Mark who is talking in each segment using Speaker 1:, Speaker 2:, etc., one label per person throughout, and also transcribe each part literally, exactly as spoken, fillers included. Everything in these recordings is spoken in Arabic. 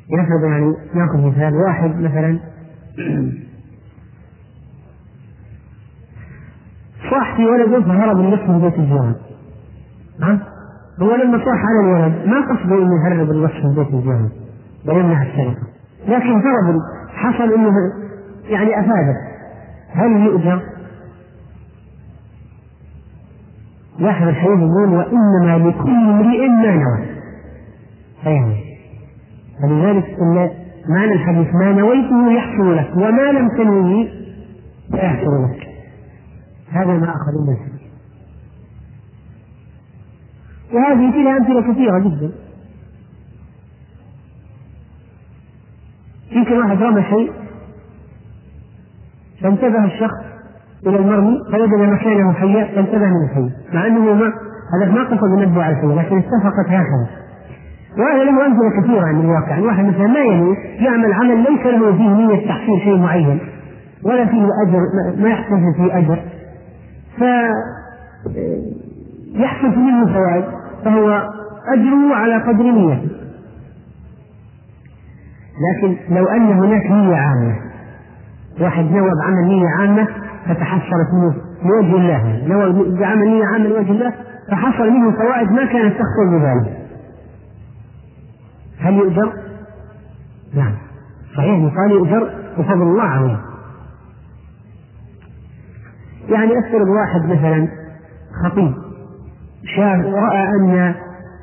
Speaker 1: يفرض يعني ناخذ مثال واحد مثلا صاح في ولد فهرب النصف من بيت الجيران. نعم، هو لما صاح على الولد ما قصده انه يهرب النصف من بيت الجيران ويمنع السرقة، لكن فرض حصل انه يعني افاده، هل يؤجر؟ لاحظ الحديث يقول وانما لكل امرئ ما نوى. ايوه، فلذلك ان معنى الحديث ما نويته يحصل لك وما لم تنوي لا يحصل لك. هذا ما اخذ الناس، وهذه فيها امثله كثيره جدا. يمكن واحد رمى شيء فانتبه الشخص الى المرمي فوجد مكانه حيا فانتبه من الحي، مع انه ما هذا ما قصد ينبه على الحي لكن اتفقت هكذا. وهذا له امثله كثيره عن الواقع. الواحد مثلا ما ينوي يعمل عمل ليس له فيه نيه تحصيل شيء معين ولا فيه اجر، ما يحصل فيه اجر، فيحصل منه فوائد، فهو اجره على قدر نيته. لكن لو ان هناك نيه عامه، واحد نوى بعمل نيه عامه فتحصلت منه لوجه الله، نوى بعمل نيه عامه لوجه الله فحصل منه فوائد ما كانت تحصل بذلك، هل يؤجر؟ نعم صحيح، يقال يؤجر بفضل الله عظيم. يعني افترض واحد مثلا خطيب شاف ورأى أن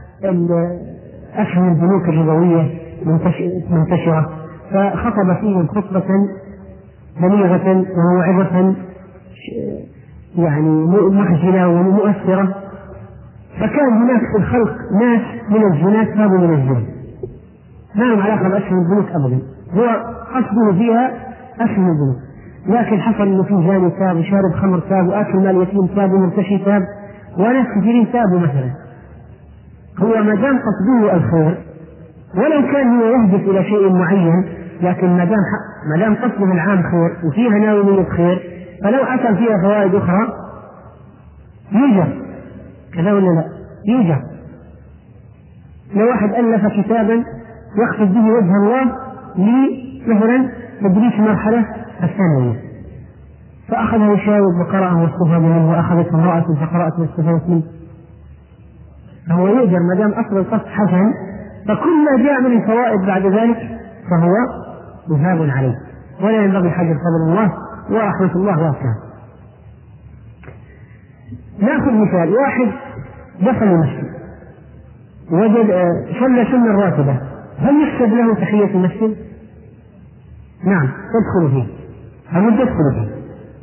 Speaker 1: أفهم البنوك الربوية منتشرة فخطب فيهم خطبة بليغة وموعظة يعني مخجلة ومؤثرة، فكان هناك في الخلق ناس من الزنات تابوا من الزنا، ما لهم علاقة بأفهم البنوك أبدا، هو قصده فيها أفهم البنوك، لكن حصل انه في زاني تاب وشارب خمر تاب واكل مال يتيم تاب ومرتشي تاب وناس كثيرين تابوا مثلا. هو ما دام قصده الخير ولو كان هو يهدف الى شيء معين، لكن ما دام ما دام قصده العام خير وفيها ناوية خير فلو حصل فيها فوائد اخرى يوجد كذا ولا لا؟ يوجد. لو واحد الف كتابا يقصد به وجه الله لمثلا تدريس مرحله الثانوية فأخذه يشاوب وقرأه واستفاد منه وأخذته امرأة فقرأت واستفادت منه، فهو يؤجر ما دام أصل القصد حسن، فكل ما جاء من الفوائد بعد ذلك فهو مثاب عليه ولا ينبغي حجر فضل الله ورحمة الله واسعة. نأخذ مثال واحد دخل المسجد وجد صلى سنة راتبة، هل يحسب له تحية المسجد؟ نعم تدخل فيه، هل تدخل فيه.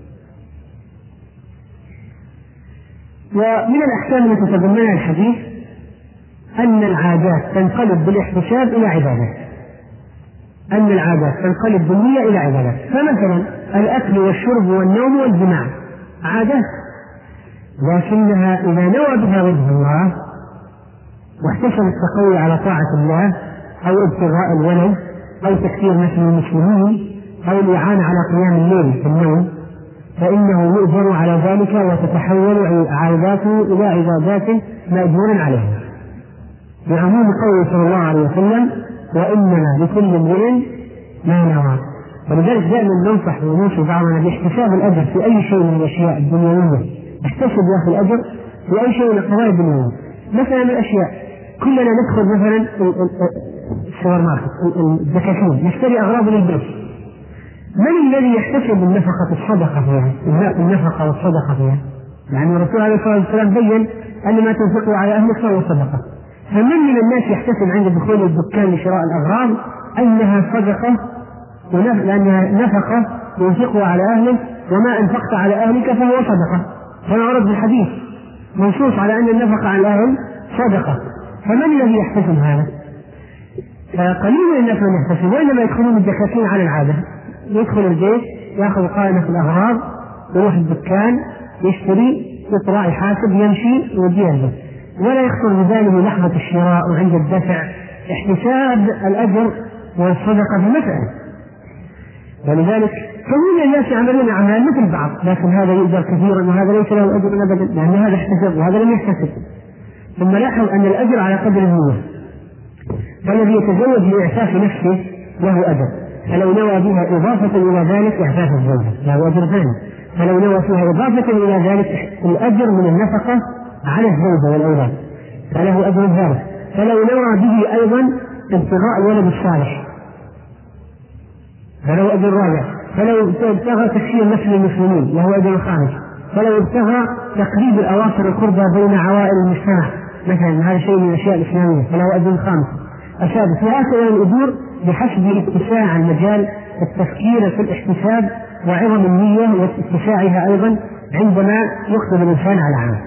Speaker 1: ومن الأحكام التي تتضمنها الحديث أن العادات تنقلب بالاحتساب إلى عبادات، أن العادات تنقلب بالنية إلى عبادات. فمثلا الأكل والشرب والنوم والجماع عادات، لكنها إذا نوى بها وجه الله واحتسب التقوي على طاعة الله أو ابتغاء الولد أو تكثير نسل المسلمين أو الإعانة على قيام الليل في النوم فإنه يؤجر على ذلك وتتحول عاداته إلى عبادات مأجور عليها، بعموم قوله صلى الله عليه وسلم وإنما لكل امرئ ما نوى. ولذلك دائما ننصح ونوصي بعضنا باحتساب الأجر في أي شيء من الأشياء الدنيوية، احتسب يا أخي الأجر في أي شيء من القضايا الدنيوية. مثلا من الأشياء كلنا ندخل مثلا السوبر ماركت الدكاكين نشتري أغراض للبيت، من الذي يحتسب النفقة الصدقة فيها؟ النفقة والصدقة فيها، يعني الرسول عليه الصلاة والسلام بين أن ما تنفقه على أهلك فهو صدقة. فمن من الناس يحتسب عند دخول الدكان لشراء الأغراض أنها صدقة لأنها نفقة ينفقها على أهله، وما أنفقت على أهلك فهو صدقة، كما ورد في الحديث منصوص على أن النفقة على الأهل صدقة. فمن الذي يحتسب هذا؟ فقليل من الناس من يحتسب، وإنما يدخلون الدكاكين على العادة، يدخل البيت يأخذ قائمة الأغراض يروح الدكان يشتري يطلع يحاسب يمشي يوديها البيت، ولا يخطر بباله لحظة الشراء وعند الدفع احتساب الأجر والصدقة في مسألة. ولذلك كل الناس يعملون أعمال مثل بعض، لكن هذا يؤجر كثيرا وهذا ليس له أجر أبدا لأن هذا احتسب وهذا لم يحتسب. ثم لاحظ أن الأجر على قدر النية، فالذي يتزوج لإعفاف نفسه له أجر، فلو نوى بها إضافة إلى ذلك إعفاف الزوجة له أجر ثاني، فلو نوى فيها إضافة إلى ذلك الأجر من النفقة على الزوجة والأولاد فله أجر ثالث، فلو نوى به أيضا ابتغاء الولد الصالح فله أجر رابع، فلو ابتغى تكفير نسل المسلمين له أجر خامس، فلو ابتغى تقريب الأواصر القربى بين عوائل المجتمع مثلا هذا شيء من الأشياء الإسلامية فله أجر خامس السادس، وهكذا الأجور بحسب اتساع المجال التفكير في الاحتساب وعظم النية واتساعها أيضا عندما يقصد الإنسان على عمل.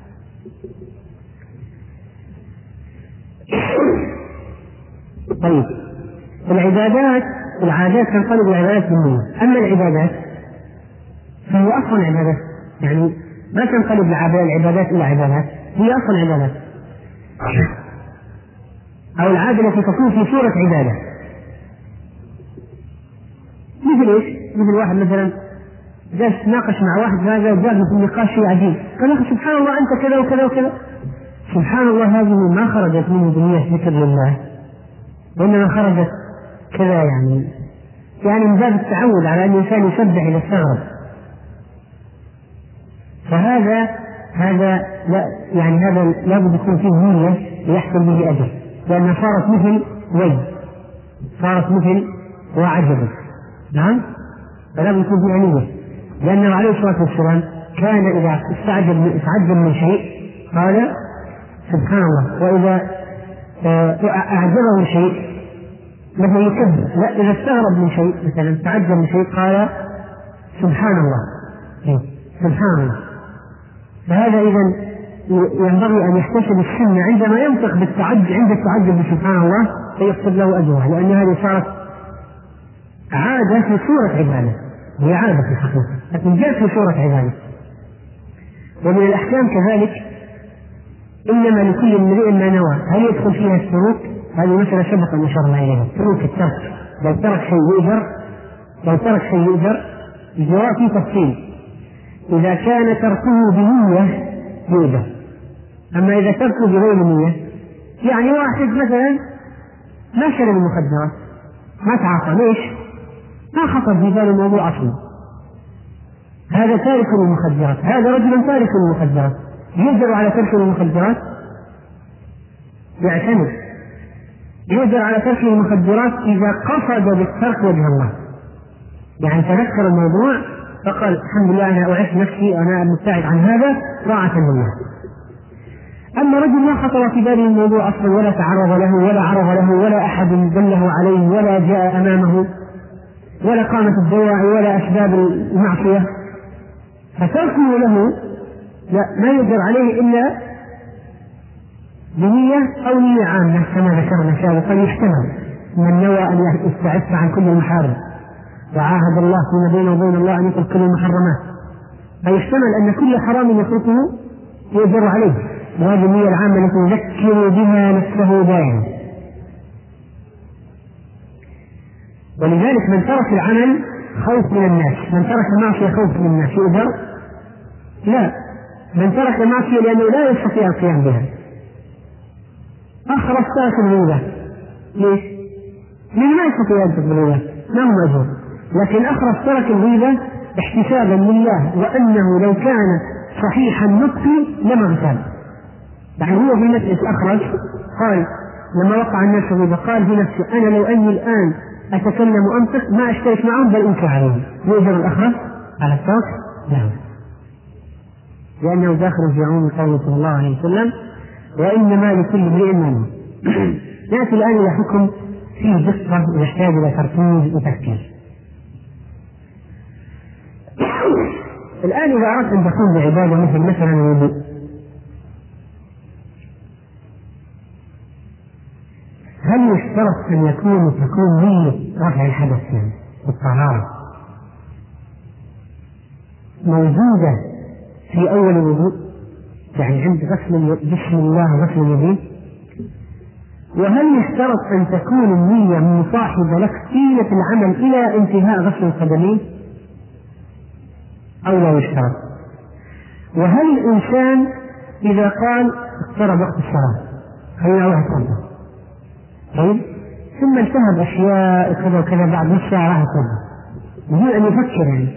Speaker 1: طيب العبادات العادات تنقلب العبادات بالنية، أما العبادات فهي أصلا عبادات، يعني ما تنقلب العبادات إلى عبادات، هي أصلا عبادات أو العادة التي تكون في صورة عبادة. مثل إيش؟ مثل واحد مثلا جالس ناقش مع واحد هذا وجاب في النقاش شيء عجيب، قال له سبحان الله أنت كذا وكذا وكذا، سبحان الله هذه ما خرجت من بنية ذكر لله وإنما خرجت كذا، يعني يعني من باب التعود على أن الإنسان يسبح إلى الثغر، فهذا هذا لا يعني هذا لابد يكون فيه نية ليحصل به أجر، لأنها صارت مثل وي صارت مثل وعجبت، نعم فلابد يكون فيها نية، لأنه عليه الصلاة والسلام كان إذا استعجب استعجب من شيء قال سبحان الله، وإذا أعجبه شيء مثلا يكبر، لا إذا استغرب من شيء مثلا تعجب من شيء قال سبحان الله سبحان الله. فهذا إذن ينبغي أن يحتسب السنة عندما ينطق بالتعجب عند التعجب بسبحان الله فيكتب له أجرها، لأن هذه صارت عادة في صورة عبادة، هي عادة في الحقيقة لكن جاءت في صورة عبادة. ومن الأحكام كذلك إنما لكل امرئ ما نوى، هل يدخل فيها السلوك؟ هذه مسألة سبق أن أشرنا إليها، سلوك الترك، لو ترك شيء يؤجر لو ترك شيء يؤجر الجواب في تفصيل، إذا كان تركه بنية يؤجر، أما إذا تركه بغير نية يعني واحد مثلا ما شرب المخدرات ما تعاطى، ليش؟ ما خطر في باله الموضوع أصلا، هذا تارك للمخدرات، هذا رجل تارك للمخدرات يؤجر على ترك المخدرات، يعتمد يؤجر على ترك المخدرات إذا قصد بالترك وجه الله، يعني تذكر الموضوع فقال الحمد لله أنا أعف نفسي أنا مبتعد عن هذا طاعة لله. أما رجل ما خطر في باله الموضوع أصلا ولا تعرض له ولا عرض له ولا أحد دله عليه ولا جاء أمامه ولا قامت الدواعي ولا أسباب المعصية، فتركه له لا ما يقدر عليه إلا بنية أو نية عامة كما ذكرنا سابقا، يحتمل من نوى أن يستعف عن كل المحارم وعاهد الله فيما بينه وبين الله أن يترك كل المحرمات، فيحتمل أن كل حرام يتركه يؤجر عليه، وهذه النية العامة التي يذكر بها نفسه دائما. ولذلك من ترك العمل خوف من الناس، من ترك معصية خوف من الناس يؤجر؟ لا، من ترك معصية لأنه لا يستطيع القيام بها. أخرس ترك الغيبة، ليش؟ لأنه ما يستطيع أن يترك الغيبة ما هو مأجور، لكن أخرس ترك الغيبة احتسابا لله وأنه لو كان صحيح النطق لما اغتاب، يعني هو في نفسه الأخرج قال لما وقع الناس الغيبة قال في نفسه أنا لو أني الآن أتكلم وأنطق ما أشترك معهم بل أنكر عليهم، يؤجر الأخرج على الترك؟ لا، لأنه داخل في عموم قوله صلى الله عليه وسلم وإنما لكل امرئ ما نوى. نأتي الآن إلى حكم فيه دقة ويحتاج إلى تركيز وتفكير. الآن إذا أردت أن تكون بعبادة مثل مثلا الوضوء، هل يشترط أن يكون تكون نية رفع الحدث يعني الطهارة موجودة في أول الوضوء، يعني عند غسل بسم الله غسل اليدين؟ وهل يشترط أن تكون النية مصاحبة لك طيلة العمل إلى انتهاء غسل القدمين أو لا يشترط؟ وهل الإنسان إذا قال اقترب وقت الصلاة خلينا واحد صلاة طيب ثم التهب أشياء كذا وكذا بعد نص ساعة راح يتوضأ بدون أن يفكر. يعني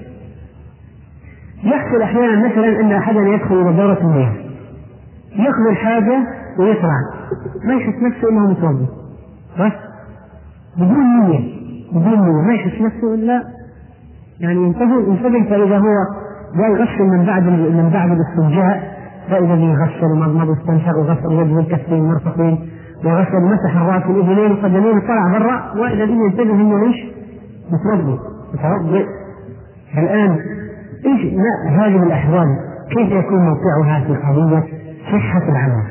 Speaker 1: يحصل أحيانا مثلا أن أحدا يدخل إلى دورة المياه يأخذ الحاجة ويطلع ما يحس نفسه إنه متوضأ بس بدون نية بدون نية ما يحس نفسه إلا يعني ينتبه ينتبه فإذا هو جاي يغسل من بعد من بعد الاستنجاء فإذا يغسل ومضمض واستنشق وغسل وجه الكفين المرفقين وغسل مسح الرأس والأذنين والقدمين وطلع برا وإذا الذي ينتبه إنه ليش متوضئ متوضئ. الآن إيش هذه الأحوال كيف يكون موقعها في قضية صحة العمل؟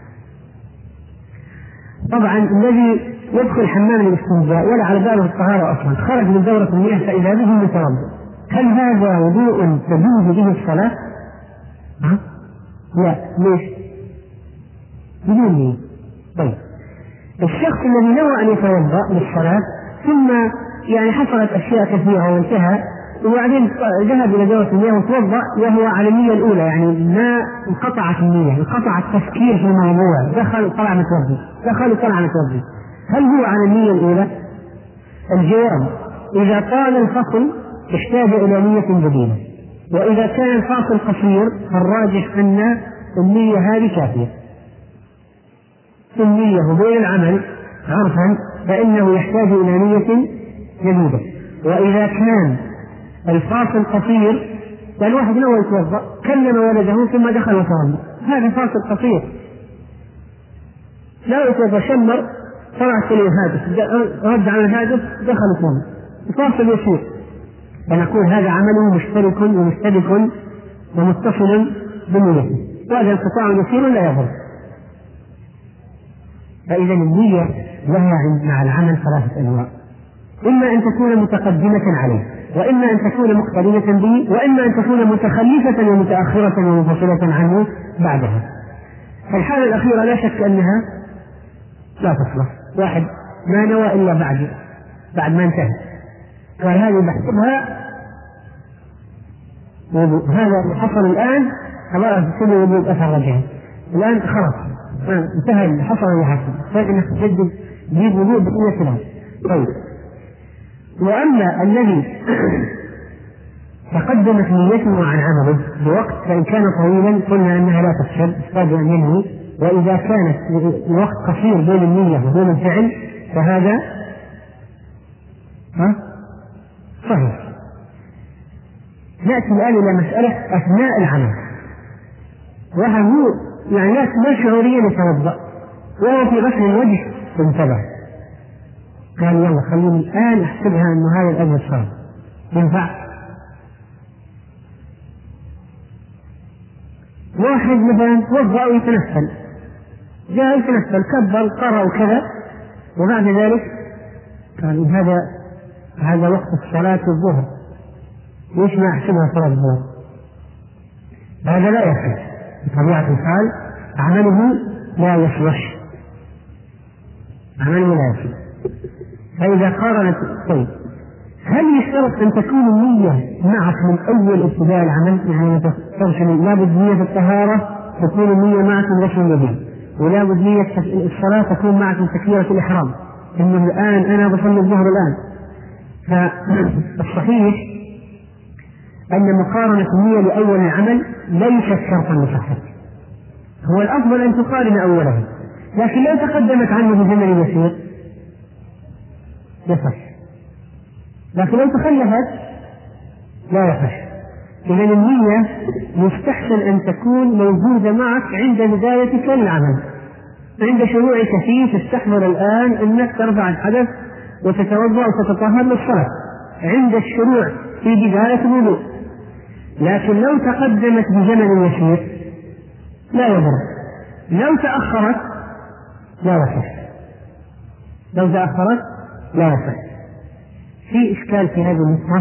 Speaker 1: طبعا الذي يدخل حمام الاستنجاء ولا على باله الطهارة أصلا خرج من دورة المياه فإذا به متوضئ هل هذا وضوء تجوز به الصلاة؟ ها؟ لا ليش؟ بدون نية. طيب الشخص الذي نوى أن يتوضأ للصلاة ثم يعني حصلت أشياء كثيرة وانتهى وبعدين ذهب إلى دورة المياه وتوضأ وهو على النية الأولى يعني ما انقطعت النية انقطع التفكير في الموضوع دخل طلع متوضئ دخل طلع متوضئ هل هو على النية الأولى؟ الجواب إذا طال الفصل احتاج إلى نية جديدة وإذا كان الفاصل قصير فالراجح أن النية هذه كافية. النية وبين العمل عرفا فإنه يحتاج إلى نية جديدة. وإذا كان الفاصل قصير فالواحد نوى يتوضأ كلم ولده ثم دخل وتوضأ هذا فاصل قصير لا يتوضأ شمر طلع كل الهاتف رد على الهاتف دخل وتوضأ فاصل يسير فنقول هذا عمله مشترك ومشترك ومتصل بنيته وهذا انقطاع يسير لا يضر. فإذا النية لها مع العمل ثلاثة أنواع إما أن تكون متقدمة عليه وإما أن تكون مقترنة به وإما أن تكون متخلفة ومتأخرة ومنفصلة عنه بعدها. الحالة الأخيرة لا شك أنها لا تصلح واحد ما نوى إلا بعد بعد ما انتهى وهذه بحثها هذا حصل الآن خلاص كل وجود أثر رجعي الآن خلاص انتهى حصل اللي حصل فإنك تجدد جيد وجود بقية الآن. طيب وأما الذي تقدمت نيته عن عمله بوقت فإن كان طويلا قلنا أنها لا تفسد يحتاج أن ينوي وإذا كانت الوقت قصير بين النية وبين الفعل فهذا ها صحيح. نأتي الآن إلى مسألة أثناء العمل وهو يعني لا شعوريا يتوضأ وهو في غسل الوجه انتبه قال يلا خليني الآن أحسبها أنه هذا الأجل صار ينفع. واحد مثلا توضأ ويتنفل جاء يتنفل كبر قرأ وكذا وبعد ذلك قال هذا هذا وقت الصلاة الظهر ليش ما أحسبها صلاة الظهر؟ هذا لا يصح بطبيعة الحال عمله لا يصلح عمله لا يصلح. فإذا قارنت طيب هل يشترط أن تكون النية معك من أول ابتداء العمل يعني ترسل لابد نية الطهارة تكون النية معك من غسل اليدين ولابد نية الصلاة تكون معك من تكبيرة الإحرام إنه الآن أنا بصلي الظهر الآن. فالصحيح أن مقارنة النية لأول العمل ليست شرطا لصحته هو الأفضل أن تقارن أوله لكن لو تقدمت عنه بزمن يسير يصح لكن لو تخلفت لا يصح. إذن النية يستحسن أن تكون موجودة معك عند بدايتك للعمل عند شروعك فيه تستحضر الآن أنك ترفع الحدث وتتوضأ وتتطهر للصلاة عند الشروع في بداية الوضوء. لكن لو تقدمت بزمن يسير لا يضر لو تأخرت لا يصح لو تأخرت لا يصح. في إشكال في هذه النقطة؟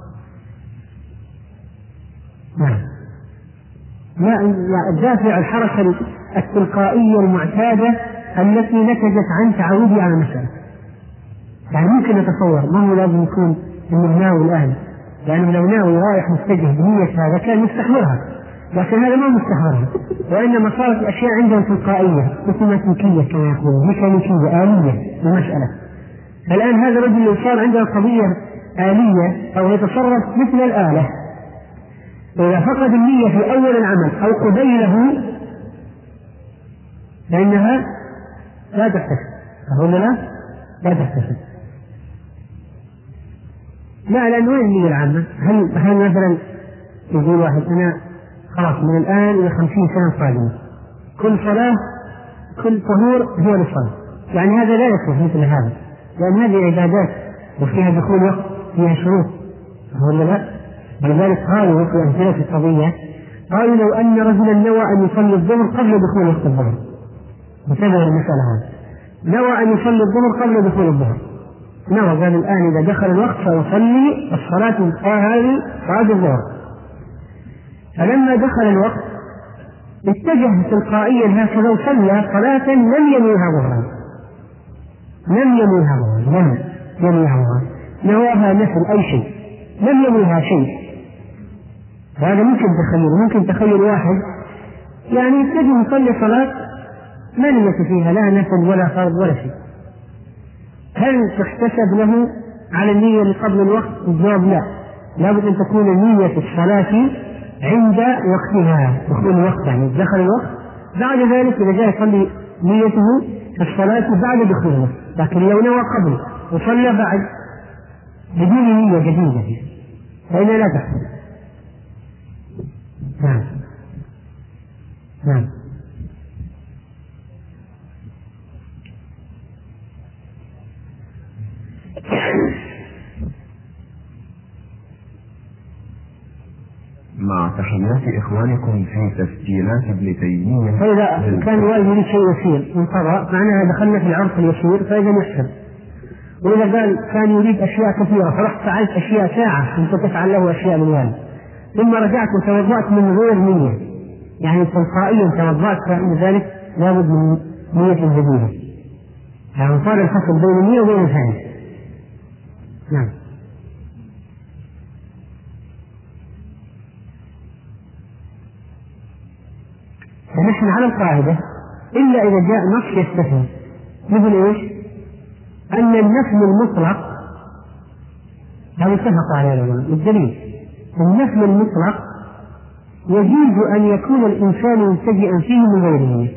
Speaker 1: نعم لا الدافع الحركة التلقائية المعتادة التي نتجت عن تعودي على المسألة يعني ممكن نتصور ما هو لازم يكون إنه ناوي الآن لأنه لو ناوي رايح متجه بنية هذا كان يستحضرها لكن هذا ما مستحضر، وإنما صارت الأشياء عندهم تلقائية اوتوماتيكية كما يقولون، ميكانيكية آلية المسألة. الآن هذا الرجل اللي صار عنده قضية آلية أو يتصرف مثل الآلة، إذا فقد النية في أول العمل أو قبيله فإنها لا تحتسب. أقول لا لا تحتسب. لا، لأن وين النية العامة؟ هل هل مثلا يقول واحد أنا خلاص من الآن إلى خمسين سنة صادمة، كل صلاة كل طهور هو للصلاة، يعني هذا لا يكون مثل هذا، لأن هذه عبادات وفيها دخول وقت، فيها شروط. أقول لا. ولذلك قالوا في أمثلة القضية، قالوا لو أن رجلا نوى أن يصلي الظهر قبل دخول وقت الظهر، انتبهوا المسألة هذه، نوى أن يصلي الظهر قبل دخول الظهر، نوى قال الآن إذا دخل الوقت سأصلي الصلاة هذه بعد الظهر، فلما دخل الوقت اتجه تلقائيا هكذا وصلى صلاة لم ينويها ظهرا، لم ينويها ظهرا، لم ينويها ظهرا، نواها مثل أي شيء، لم ينويها شيء. هذا ممكن تخيل، ممكن تخيل واحد يعني يتجه يصلي صلاة ما نية فيها لا نفل ولا فرض ولا شيء، هل تحتسب له على النية اللي قبل الوقت؟ الجواب لا، لابد أن تكون نية الصلاة عند وقتها، دخول الوقت يعني دخل الوقت، بعد ذلك إذا جاء يصلي نيته في الصلاة بعد دخول الوقت، لكن لو نوى قبل وصلى بعد بدون نية جديدة فإنها لا تحتسب. نعم نعم.
Speaker 2: مع تحيات إخوانكم في تسجيلات ابن تيمية.
Speaker 1: فإذا كان الوالد يريد شيء يسير انقضى معناها دخلنا في العرف اليسير فإذا يحسب، وإذا قال كان يريد أشياء كثيرة فرحت فعلت أشياء ساعة كنت تفعل له أشياء من الوالد ثم رجعت وتوضأت من غير نية يعني تلقائيا توضأت، فإن ذلك لابد من نية جديدة، يعني صار الفصل بين النية وبين الفعل. نعم. فنحن على القاعدة إلا إذا جاء نص يستثني، مثل إيش؟ أن النفل المطلق هذا اتفق عليه العلماء، الدليل النفل المطلق يجوز أن يكون الإنسان ملتجئا فيه من غيره،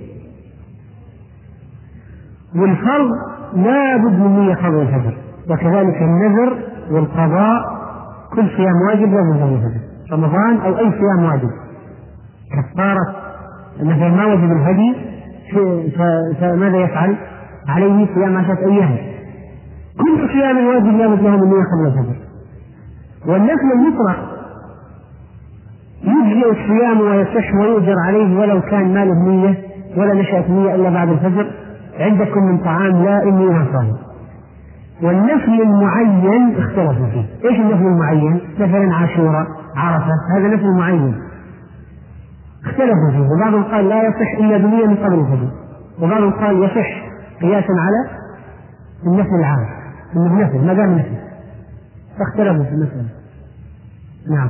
Speaker 1: والفرض لا بد من نية قبل الفجر، وكذلك النذر والقضاء كل صيام واجب لا بد من الفجر، رمضان أو أي صيام واجب، كفارة مثلا ما وجب الهدي فماذا يفعل؟ عليه صيام عشرة أيام، كل صيام واجب لا بد له من نية قبل الفجر. والنفل المطلق يجزئ الصيام ويصح ويؤجر عليه ولو كان ما له نية ولا نشأت نية إلا بعد الفجر، عندكم من طعام لا إني صائم. والنفل المعين اختلفوا فيه، ايش النفل المعين؟ مثلا عاشوراء، عرفة، هذا نفل معين اختلفوا فيه، وبعضهم قال لا يصح إلا بنية من قبل الفجر، وبعضهم قال يصح قياسا على النفل العام انه نفل ما دام نفل، فاختلفوا في المسألة. نعم.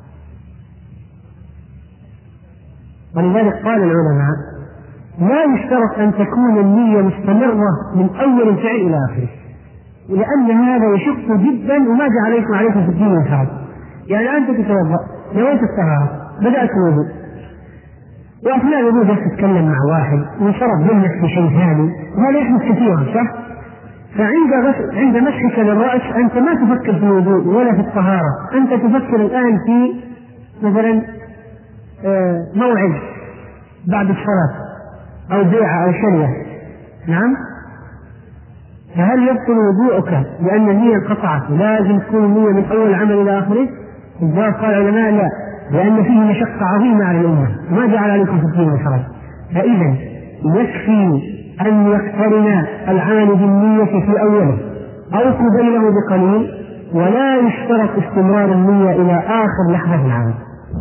Speaker 1: ولذلك قال العلماء لا يشترط أن تكون النية مستمرة من أول الفعل إلى آخره، لأن هذا يشق جدا وما جاء عليكم عليكم في الدين من حرج. يعني أنت تتوضأ نويت الطهارة بدأت الوضوء، وأثناء الوضوء بس تتكلم مع واحد وانصرف ذهنك في شيء ثاني وهذا يحدث كثيرا صح؟ فعند عند مسحك للرأس أنت ما تفكر في الوضوء ولا في الطهارة، أنت تفكر الآن في مثلا موعد بعد الصلاة أو بيعة أو شرية. نعم. فهل يبطل وضوءك لأن النية انقطعت لازم تكون النية من أول عمل إلى آخره؟ الجواب قال العلماء لا، لأن فيه مشقة عظيمة على الأمة ما جعل عليكم في الدين الحرج، فإذا يكفي أن يقترن العمل بالنية في أوله أو قبيله بقليل، ولا يشترط استمرار النية إلى آخر لحظة في العمل.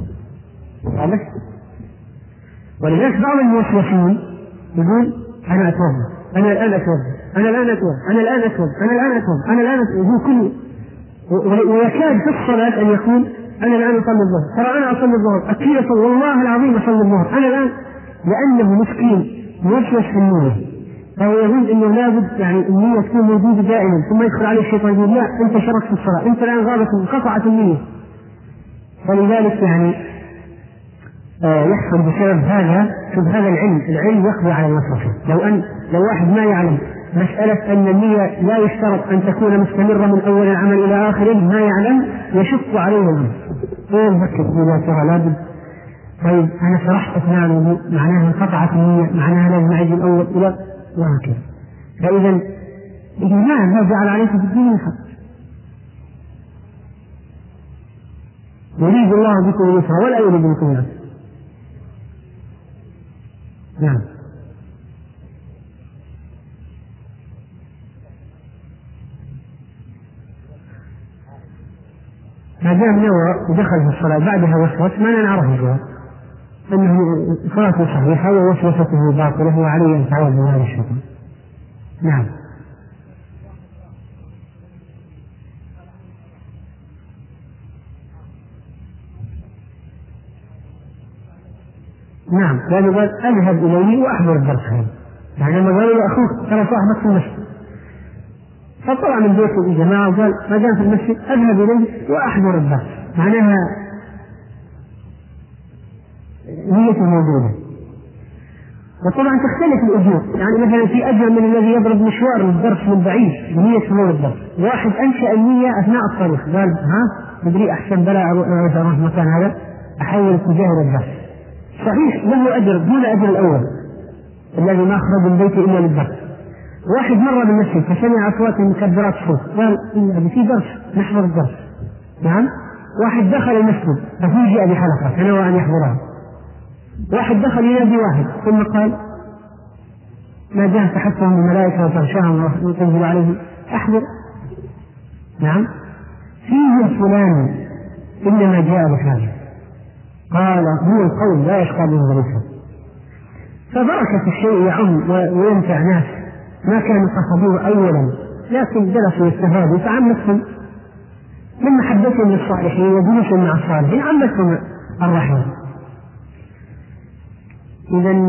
Speaker 1: ولذلك بعض الموسوسين يقول أنا أتوضأ، أنا الآن أتوضأ، أنا الآن أتوضأ، أنا الآن أتوضأ، أنا الآن أتوضأ، أنا الآن أتوضأ، كله ويكاد في الصلاة أن يقول أنا الآن أصلي الظهر، ترى أنا أصلي الظهر، أكيد والله العظيم أصلي الظهر أنا الآن، لأنه مسكين موسوس في النية، فهو يظن أنه لابد يعني النية تكون موجودة دائما، ثم يدخل عليه الشيطان يقول لا أنت شركت في الصلاة، أنت الآن غابت انقطعت النية. فلذلك يعني آه يحصل بسبب هذا شوف هذا العلم، العلم يقضي على الوسوسة. لو أن لو واحد ما يعلم مسألة أن النية لا يشترط أن تكون مستمرة من أول العمل إلى آخره، ما يعلم يشق عليه الأمر، ويذكر إذا ترى لابد. طيب أنا شرحت أثناء الوضوء معناها انقطعت النية، معناها لازم أعيد الأول إلى وهكذا. فإذا ما ما جعل عليك في الدين حق. يريد الله بكم اليسر ولا يريد بكم العسر. نعم. ما دام نوى ودخل في الصلاة بعدها وسوس ما نعرف الجواب، أنه صلاته صحيحة ووسوسته باطلة وعليه أن يتعوذ من هذا الشيطان. نعم. نعم، لأنه قال أذهب إليه وأحضر الدرس هذا، يعني لما قالوا لأخوك ترى صاحبك في المسجد، فطلع من بيته الجماعة وقال ما دام في المسجد أذهب إليه وأحضر الدرس، معناها نية موجودة. وطبعا تختلف الأجور، يعني مثلا في أجر من الذي يضرب مشوار للدرس من بعيد بنية حضور الدرس، واحد أنشأ النية أثناء الطريق قال ها بدري أحسن بلا أروح مكان هذا أحول اتجاه الدرس، صحيح له أجر دون أجر الأول الذي ما خرج من بيته إلا للدرس. واحد مر بالمسجد فسمع أصوات المكبرات صوت قال إن في درس نحضر الدرس. نعم. واحد دخل المسجد ففوجئ بحلقة فنوى أن يحضرها. واحد دخل ينادي واحد ثم قال ما جاء تحفهم الملائكة وتغشاهم وتنزل عليهم أحضر. نعم. فيه فلان إنما جاء بحاجة، قال هو القول لا يشقى به ظريفه. فبركة الشيء يعم وينفع ناس ما كانوا قصدوه أولا لكن جلسوا يستفادوا فعمتهم من محبتهم للصالحين وجلوسهم مع الصالحين عمتهم الرحمة. إذن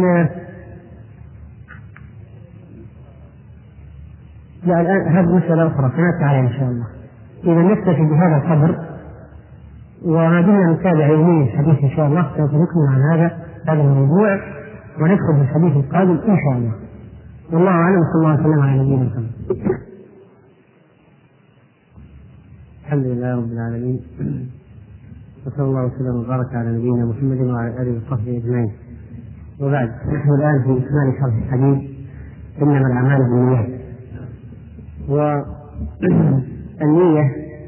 Speaker 1: لا الآن هذه مسألة أخرى سنأتي عليها إن شاء الله. إذا نكتفي بهذا القدر وما دمنا نتابع يوميا الحديث إن شاء الله سوف نكمل عن هذا هذا الموضوع وندخل في الحديث القادم إن شاء الله. والله أعلم. صلى الله عليه وسلم على نبينا محمد. الحمد لله رب العالمين، وصلى الله وسلم وبارك على نبينا محمد وعلى آله وصحبه أجمعين. وبعد، نحن الآن في إكمال شرح الحديث إنما الأعمال بالنيات. والنية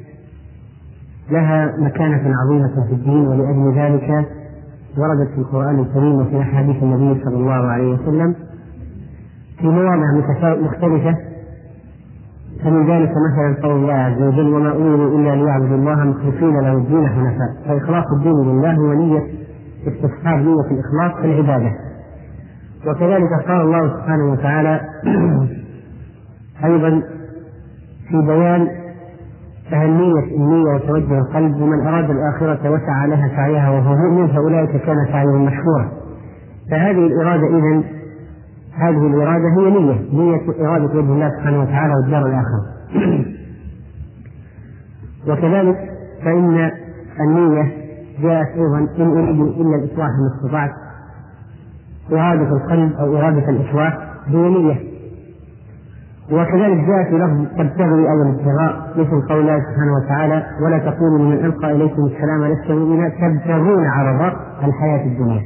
Speaker 1: لها مكانة عظيمة في الدين، ولأجل ذلك وردت في القرآن الكريم وفي أحاديث النبي صلى الله عليه وسلم في مواضع مختلفة. فمن ذلك مثلا قول الله عز وجل وما أمروا إلا ليعبدوا الله مخلصين له الدين حنفاء، فإخلاص الدين لله هو نية استصحاب نية الإخلاص في العبادة. وكذلك قال الله سبحانه وتعالى أيضا في بيان أهمية النية وتوجه القلب، ومن أراد الآخرة وسعى لها سعيها وهو مؤمن فأولئك كان سعيهم مشكورا. فهذه الإرادة إذن هذه الإرادة هي نية نية إرادة وجه الله سبحانه وتعالى والدار الآخرة. وكذلك فإن النية جاءت أيضا إن أريد إلا الإصلاح ما استطعت، إرادة القلب أو إرادة الإصلاح هي نية. وكذلك جاء في لفظ تبتغي أو الابتغاء مثل قول الله سبحانه وتعالى ولا تقولوا لمن ألقى إليكم السلام لست مؤمنا تبتغون عرض الحياة الدنيا.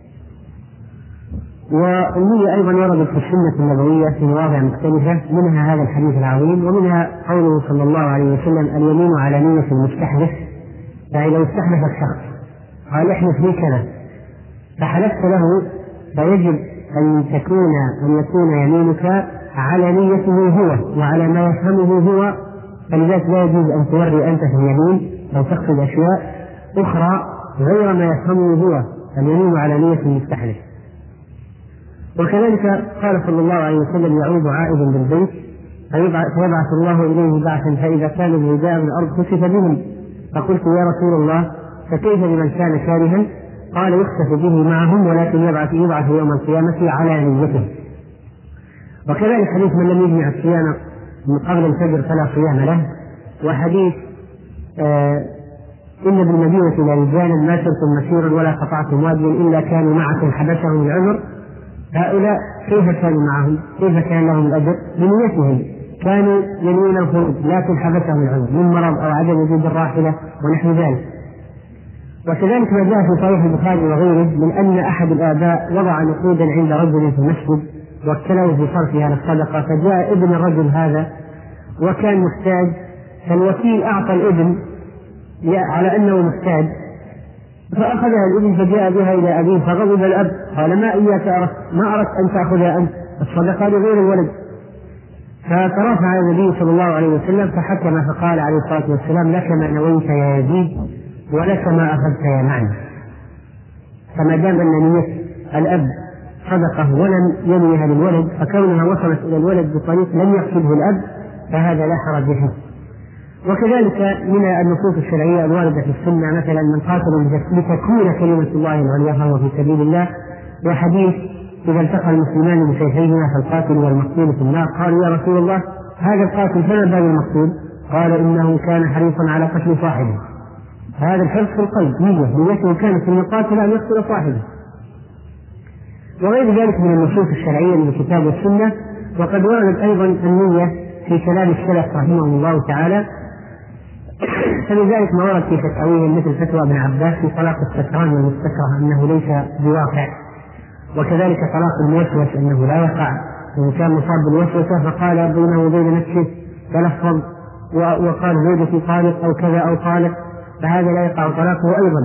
Speaker 1: والنية أيضا وردت في السنة النبوية في مواضع مختلفة، منها هذا الحديث العظيم، ومنها قوله صلى الله عليه وسلم اليمين على نية المستحلف. يعني لو استحلفك شخص قال احلف لي كذا فحلفت له فيجب أن تكون أن يكون يمينك على نيته هو وعلى ما يفهمه هو، فلذلك لا يجوز أن توري أنت في اليمين أو تقصد أشياء أخرى غير ما يفهمه هو. اليمين على نية المستحلف. وكذلك قال صلى الله عليه وسلم يعود عائد بالبيت فيبعث الله إليه بعثا فإذا كانوا بهداء من الأرض خسف بهم. فقلت يا رسول الله فكيف بمن كان كارها؟ قال يخسف به معهم ولكن يبعث يبعث يوم القيامة على نيته. وكذلك حديث من لم يجمع الصيام من قبل الفجر فلا صيام له، وحديث آه إن بالمدينة لرجالا ما سرتم مسيرا ولا قطعتم واديا إلا كانوا معكم حبسهم العذر. هؤلاء كيف كانوا معهم؟ كيف كان لهم الأجر؟ بنيتهم كانوا ينوون الخروج لكن حبسهم العذر من مرض أو عدم وجود الراحلة ونحو ذلك. وكذلك ما جاء في صحيح البخاري وغيره من أن أحد الآباء وضع نقودا عند رجل في المسجد وكله في صرفها للصدقة، فجاء ابن الرجل هذا وكان محتاج، فالوكيل أعطى الابن على أنه محتاج، فأخذها الابن فجاء بها إلى أبيه فغضب الأب قال ما إياك أردت، ما أردت أن تأخذها أنت، الصدقة لغير الولد. فترفع النبي صلى الله عليه وسلم فحكم فقال عليه الصلاة والسلام لك ما نويت يا يزيد ولك ما أخذت يا معن. فما دام أن نية الأب صدقة ولم ينويها للولد فكونها وصلت إلى الولد بطريق لم يقصده الأب فهذا لا حرج فيه. وكذلك من النصوص الشرعية الواردة في السنة مثلا من قاتل لتكون كلمة الله العليا فهو في سبيل الله، وحديث إذا التقى المسلمان بسيفيهما فالقاتل والمقتول في النار. قالوا يا رسول الله هذا القاتل فما بال المقتول؟ قال إنه كان حريصا على قتل صاحبه. هذا الحرص في القلب نية نيته كانت من القاتل أن يقتل صاحبه. وغير ذلك من النصوص الشرعية من الكتاب والسنة. وقد وردت أيضا النية في كلام السلف رحمه الله تعالى، فلذلك ما ورد في فتاويهم مثل فتوى ابن عباس في طلاق السكران والمستكره أنه ليس بواقع، وكذلك طلاق الموسوس أنه لا يقع إن كان مصاب بالوسوسة فقال بينه وبين نفسه تلفظ وقال زوجتي طالق أو كذا أو طالق فهذا لا يقع طلاقه أيضا.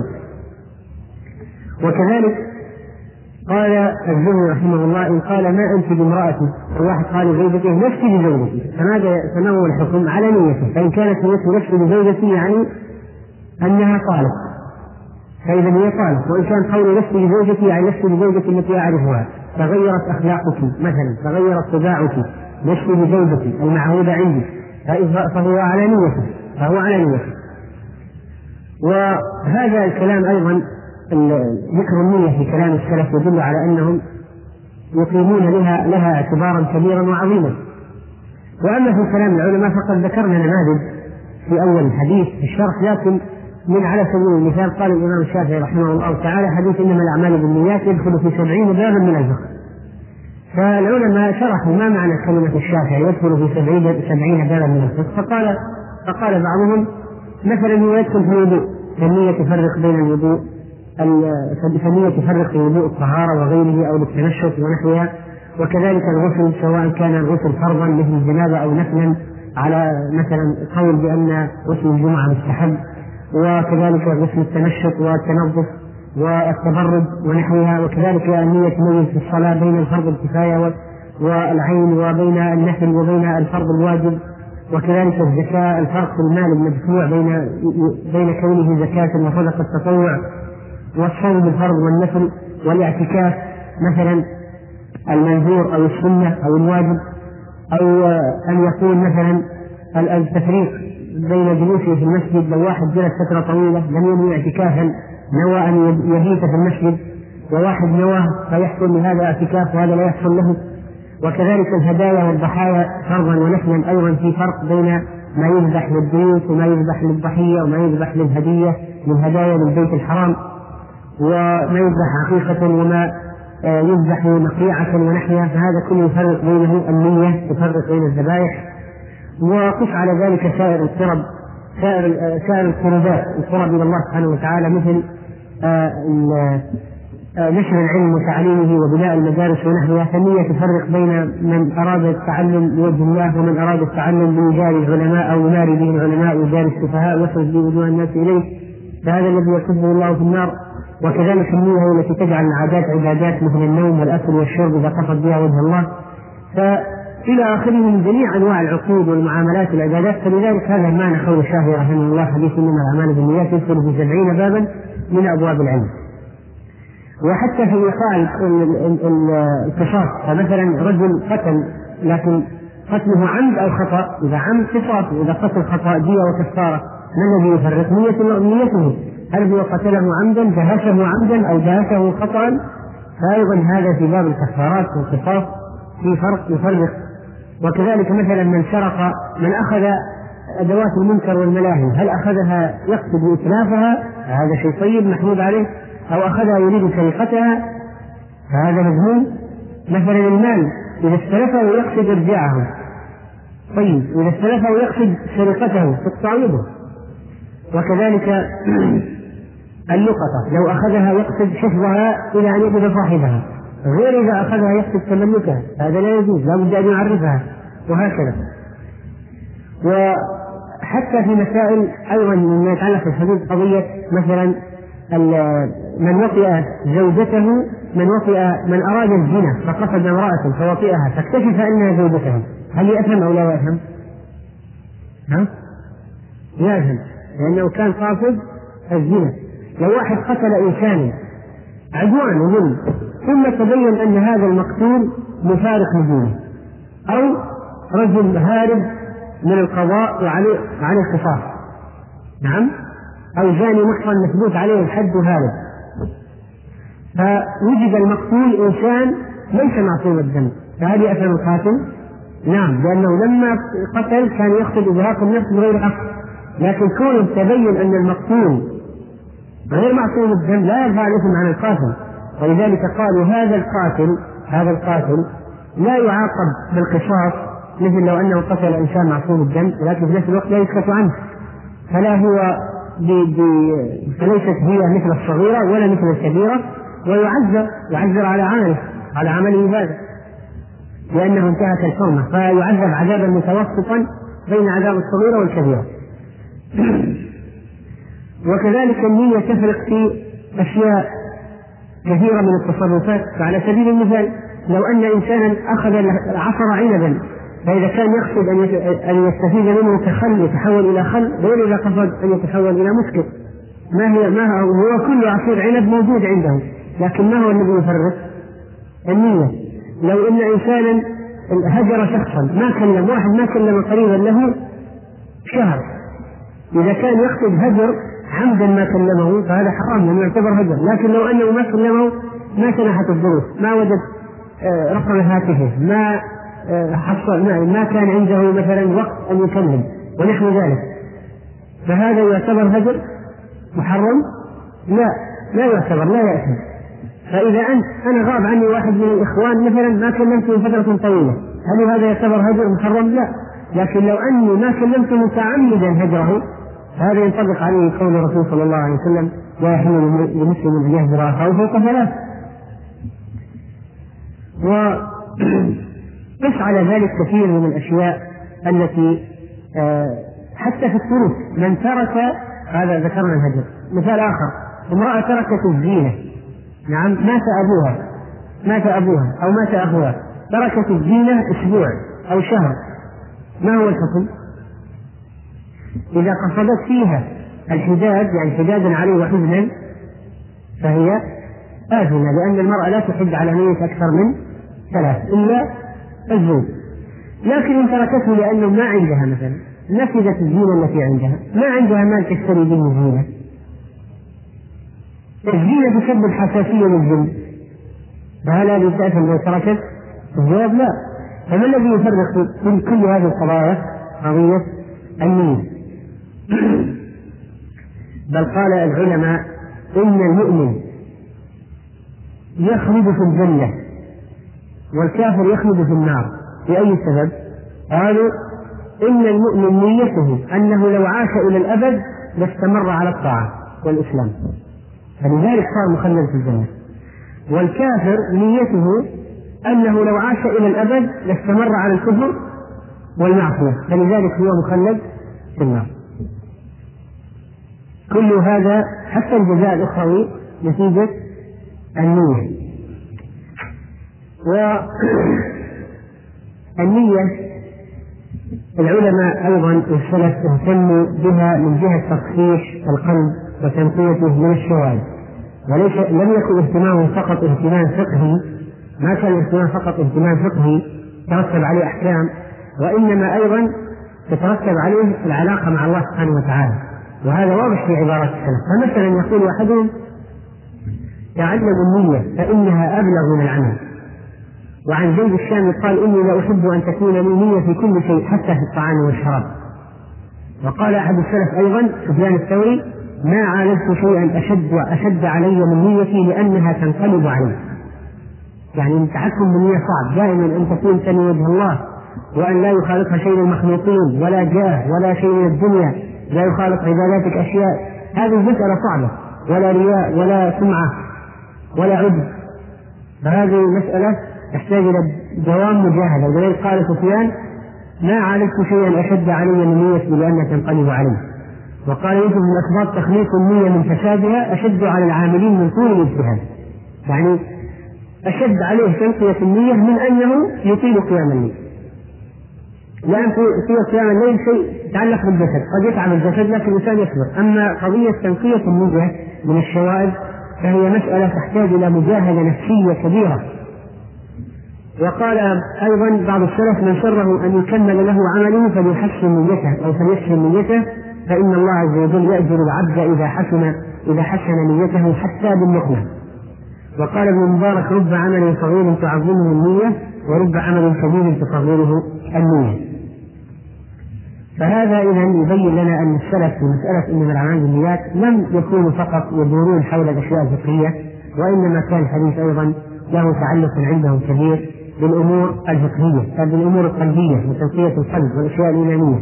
Speaker 1: وكذلك قال الزهري رحمه الله إن قال ما أنت بامرأتي، الواحد قال زوجته نفسي بزوجتي، فماذا فما هو الحكم؟ على نيته، فإن كانت نيته نفسي بزوجتي يعني أنها طالق فإذا هي طالق، وإن كان قول نفسي بزوجتي يعني نفسي بزوجتي التي أعرفها تغيرت أخلاقك مثلا تغيرت طباعك نفسي بزوجتي المعهودة عندي فهو على نيته فهو على نيته. وهذا الكلام أيضا ذكر النية في كلام السلف يدل على أنهم يقيمون لها, لها اعتبارا كبيرا وعظيما. وأما في كلام العلماء فقد ذكرنا نماذج في أول الحديث في الشرح، لكن من على سبيل المثال قال الإمام الشافعي رحمه الله تعالى حديث إنما الأعمال بالنيات يدخل في سبعين بابا من الفقه. فالعلماء شرحوا ما معنى كلمة الشافعي يدخل في سبعين بابا من الفقه، فقال, فقال بعضهم مثلا هو يدخل في الوضوء فالنية تفرق بين الوضوء فالنية تفرق في وضوء الطهارة وغيره أو التنشط ونحوها، وكذلك الغسل سواء كان الغسل فرضا مثل الجنابة أو نفلا على مثلا قول بأن غسل الجمعة مستحب، وكذلك غسل التنشط والتنظف والتبرد ونحوها، وكذلك النية تميز في الصلاة بين الفرض الكفاية والعين وبين النفل وبين الفرض الواجب، وكذلك الزكاة الفرق في المال المدفوع بين بين كونه زكاة وصدقة التطوع، والصوم الفرض والنفل، والاعتكاف مثلا المنذور أو السنة أو الواجب، أو أن يكون مثلا التفريق بين جلوسه في المسجد لو واحد جلس فترة طويلة لم ينوي اعتكافا نوى أن يبيت في المسجد وواحد نواه فيحصل لهذا اعتكاف وهذا لا يحصل له. وكذلك الهدايا والضحايا فرضا ونفلا أيضا في فرق بين ما يذبح للبيوت وما يذبح للضحية وما يذبح للهدية من هدايا للبيت الحرام، وما يذبح حقيقة وما يذبح نقيعة ونحيها، فهذا كله يفرق بينه النية تفرق بين الذبائح. وقف على ذلك سائر القرب سائر سائر القربات القرب إلى الله سبحانه وتعالى مثل نشر العلم وتعليمه وبناء المدارس ونحوها، فالنية تفرق بين من أراد التعلم لوجه الله ومن أراد التعلم ليجاري العلماء أو يماري به العلماء ويجاري السفهاء ويخرج به وجوه الناس إليه، فهذا الذي يكبه الله في النار. وكذلك النية هي التي تجعل العادات عبادات مثل النوم والأكل والشرب إذا قصد بها وجه الله، فإلى آخره من جميع أنواع العقود والمعاملات والعبادات. فلذلك هذا معنى قول الشافعي رحمه الله حديث إنما الأعمال بالنيات يدخل في سبعين بابا من أبواب العلم. وحتى في إيقاع القصاص، فمثلا رجل قتل لكن قتله عمد أو خطأ؟ إذا عمد قصاص، وإذا قتل خطأ دية وكفارة. ما الذي يفرق؟ نيته نيته، هل هو قتله عمدا دهشه عمدا أو دهشه خطأ؟ فأيضا هذا في باب الكفارات والقصاص في فرق يفرق. وكذلك مثلا من سرق، من أخذ أدوات المنكر والملاهي، هل أخذها يقصد إتلافها؟ هذا شيء طيب محمود عليه، أو أخذها يريد سرقتها؟ فهذا مذموم. مثلا المال إذا استلفه يقصد إرجاعه، طيب، إذا استلفه يقصد سرقته فتعوضه. وكذلك اللقطة لو أخذها يقصد حفظها إلى أن يجد صاحبها، غير إذا أخذها يقصد تملكها، هذا لا يجوز، لا بد أن يعرفها، وهكذا. وحتى في مسائل أيضا مما يتعلق بالحدود، قضية مثلا من وطئ زوجته، من وطئ من أراد الزنا فقصد امرأة فوطئها فاكتشف أنها زوجته، هل يأثم أو لا يأثم؟ ها؟ يأثم، لأنه كان قاصد الزنا. لو واحد قتل إنسانا عدوان وظلم ثم تبين أن هذا المقتول مفارق لدينه، أو رجل هارب من القضاء وعليه عليه قصاص، نعم، أو جاني محصن مثبوت عليه الحد هارب، فوجد المقتول إنسان ليس معصوم الدم، فهل يأثم القاتل؟ نعم، لأنه لما قتل كان يقصد إزهاق النفس بغير حق، لكن كونه تبين أن المقتول غير معصوم الدم لا يرفع الإثم عن القاتل. ولذلك قالوا هذا القاتل هذا القاتل لا يعاقب بالقصاص مثل لو أنه قتل إنسان معصوم الدم، ولكن في نفس الوقت لا يسكت عنه، فلا هو بي بي فليست هي مثل الصغيرة ولا مثل الكبيرة، ويعذر يعذر على عمله على عمله هذا، لأنه انتهك الحرمة، فيعذب عذابا متوسطا بين عذاب الصغيرة والكبيرة. وكذلك النية تفرق في أشياء كثيرة من التصرفات. فعلى سبيل المثال لو أن إنسانا أخذ عصر عنبا، فإذا كان يقصد أن يستفيد منه كخل يتحول إلى خل، غير إذا قصد أن يتحول إلى مسكر، ما هي ما هو كل عصير عنب موجود عنده، لكن ما هو الذي يفرق؟ النية. لو أن إنسانا هجر شخصا ما كلم واحد ما كلم قريبا له شهر، إذا كان يقصد هجر عمدا ما كلمه فهذا حرام لأنه يعتبر هجر، لكن لو أنه ما كلمه ما سنحت الظروف، ما وجد رقم هاتفه، ما حصل ما كان عنده مثلا وقت أن يكلم ونحو ذلك، فهذا يعتبر هجر محرم؟ لا لا يعتبر، لا يأثم. فإذا أنت أنا غاب عني واحد من الإخوان مثلا ما كلمته فترة طويلة، هل هذا يعتبر هجر محرم؟ لا. لكن لو أني ما كلمته متعمدا هجره، هذا ينطبق عليه قول الرسول صلى الله عليه وسلم: لا يحل لمسلم أن يهجر أخاه فوق ثلاث. وقس على ذلك كثير من الأشياء التي حتى في الثلث من ترك، هذا ذكرنا الهجر. مثال آخر: امرأة تركت الزينة، نعم، مات أبوها مات أبوها أو مات أخوها، تركت الزينة أسبوع أو شهر، ما هو الحكم؟ إذا قصدت فيها الحداد، يعني حدادا عليه وحزنا، فهي آثمة، لأن المرأة لا تحد على نية أكثر من ثلاث إلا الزوج. لكن إن تركته لأنه ما عندها مثلا نفذت الزينة التي عندها، ما عندها مال تشتري به الزينة، الزينة تسبب حساسية للجن، فهل هذه تأثم لو تركت؟ الجواب لا. فما الذي يفرق في كل هذه القضايا؟ قضية النية. بل قال العلماء إن المؤمن يخلد في الجنة والكافر يخلد في النار. لأي سبب؟ قالوا إن المؤمن نيته أنه لو عاش إلى الأبد لاستمر على الطاعة والإسلام، فلذلك صار مخلد في الجنة. والكافر نيته أنه لو عاش إلى الأبد لاستمر على الكفر والمعصية، فلذلك هو مخلد في النار. كل هذا حتى الجزاء الأخروي نتيجة النية. والنية العلماء أيضا السلف اهتموا بها من جهة تصحيح القلب وتنقيته من الشوائب، وليس لم يكن اهتمامه فقط اهتمام فقهي، ما كان اهتمام فقط اهتمام فقهي ترتب عليه أحكام، وإنما أيضا تترتب عليه العلاقة مع الله سبحانه وتعالى، وهذا واضح في عبارات السلف. فمثلا يقول أحدهم: تعلم النية فإنها أبلغ من العمل. وعن زيد الشامي قال: إني لا أحب أن تكون لي نية في كل شيء حتى في الطعام والشراب. وقال أحد السلف أيضا سفيان الثوري: ما عالجت شيئا أشد وأشد علي من نيتي لأنها تنقلب علي. يعني التحكم بالنية صعب، دائما أن تكون تنوي وجه الله، وأن لا يخالطها شيء من المخلوقين ولا جاه ولا شيء من الدنيا، لا يخالط عباداتك أشياء. هذه مسألة صعبة، ولا رياء ولا سمعة ولا عجب، فهذه مسألة تحتاج إلى دوام مجاهدة. ولذلك قال سفيان: ما عالجت شيئا أشد علي من نيتي لأنها تنقلب علي. وقال يوسف بن الأخبار: تخليص النية من فسادها أشد على العاملين من طول الاجتهاد. يعني أشد عليه تنقية النية من أنه يطيل قيام الليل، لأن في قيام الليل شيء يتعلق بالجسد، قد يتعب الجسد لكن الإنسان يصبر. أما قضية تنقية النية من الشوائب فهي مسألة تحتاج إلى مجاهدة نفسية كبيرة. وقال أيضا بعض السلف: من سره أن يكمل له عمله فليحسن نيته أو فليحسن نيته، فإن الله عز وجل يأجر العبد إذا حسن إذا حسن نيته حتى باللقمة. وقال ابن المبارك: رب عمل صغير تعظمه النية ورب عمل كبير تصغره النية. فهذا إذا يبين لنا أن السلف في مسألة إنما الأعمال بالنيات لم يكونوا فقط يدورون حول الأشياء الفقهية، وإنما كان الحديث أيضا له تعلق عندهم كبير بالأمور الفقهية، بالأمور القلبية وتنقية القلب والأشياء الإيمانية.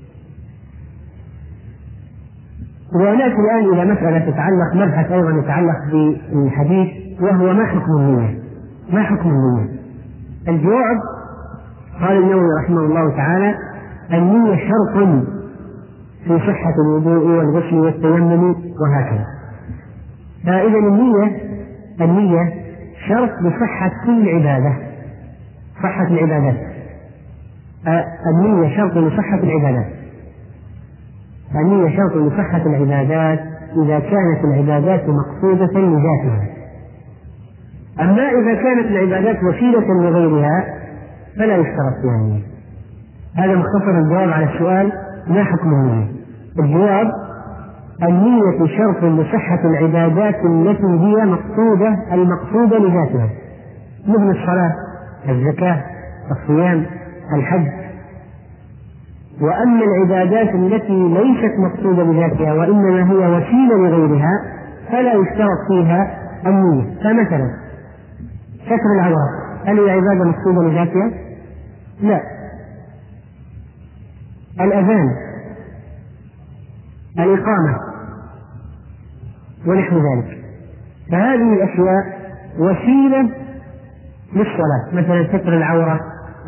Speaker 1: ونأتي الآن إلى مسألة تتعلق مبحث أيضا يتعلق بالحديث، وهو ما حكم النية؟ ما حكم النية؟ الجواب: قال النووي رحمه الله تعالى: النية شرط في صحة الوضوء والغسل والتيمم وهكذا. فإذا النية النية شرط لصحة كل عبادة، صحة العبادات. النية شرط لصحة العبادات. النية شرط لصحة العبادات إذا كانت العبادات مقصودة لذاتها. أما إذا كانت العبادات وسيلة لغيرها فلا يشترط فيها النية. هذا مختصر الجواب على السؤال: ما حكم النية؟ الجواب: النية شرط لصحة العبادات التي هي مقصودة المقصودة لذاتها، مثل الصلاة، الزكاة، الصيام، الحج. وأما العبادات التي ليست مقصودة بذاتها وإنما هي وسيلة لغيرها فلا يشترط فيها النية. فمثلا ستر العورة، هل هي عبادة مقصودة لذاتها؟ لا. الأذان، الإقامة ونحو ذلك، فهذه الأشياء وسيلة للصلاة، مثلا ستر العورة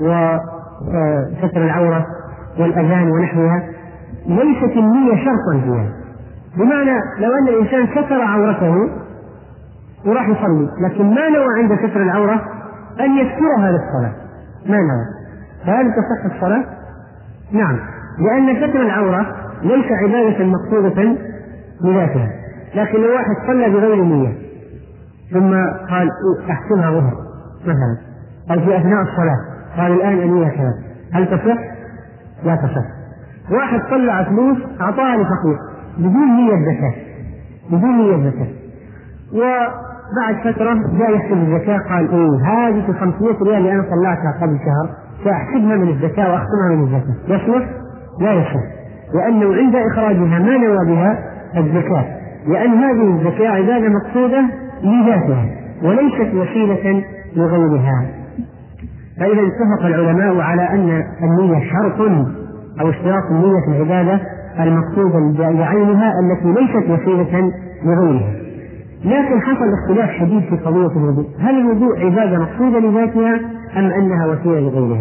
Speaker 1: وستر العورة والأذان ونحوها، ليست النية شرطا فيها. بمعنى لو أن الإنسان ستر عورته وراح يصلي لكن ما نوى عند ستر العورة أن يسترها للصلاة، ما نوى، فهل تصح الصلاة؟ نعم، لأن ستر العورة ليس عبادة مقصودة بذاتها. لكن لو واحد صلى بغير نية ثم قال أحسنها ظهر مثلا، أو في أثناء الصلاة قال الآن أنيها كذا، هل تصح؟ لا تصح. واحد طلع فلوس أعطاها لفقير بدون نية زكاة، بدون نية زكاة، وبعد فترة جاء يحسب الزكاة قال إيه هذه خمسمائة ريال اللي أنا طلعتها قبل شهر سأحسبها من الزكاة وأختمها من الزكاة، يصلح؟ لا يصلح، لأنه عند إخراجها ما نوى بها الزكاة، لأن هذه الزكاة عبادة مقصودة لذاتها وليست وسيلة لغيرها. فإذا اتفق العلماء على أن النية شرط أو اشتراط النية في العبادة المقصودة بعينها التي ليست وسيلة لغيرها. لكن حصل اختلاف شديد في قضية الوضوء، هل الوضوء عبادة مقصودة لذاتها أم أنها وسيلة لغيرها؟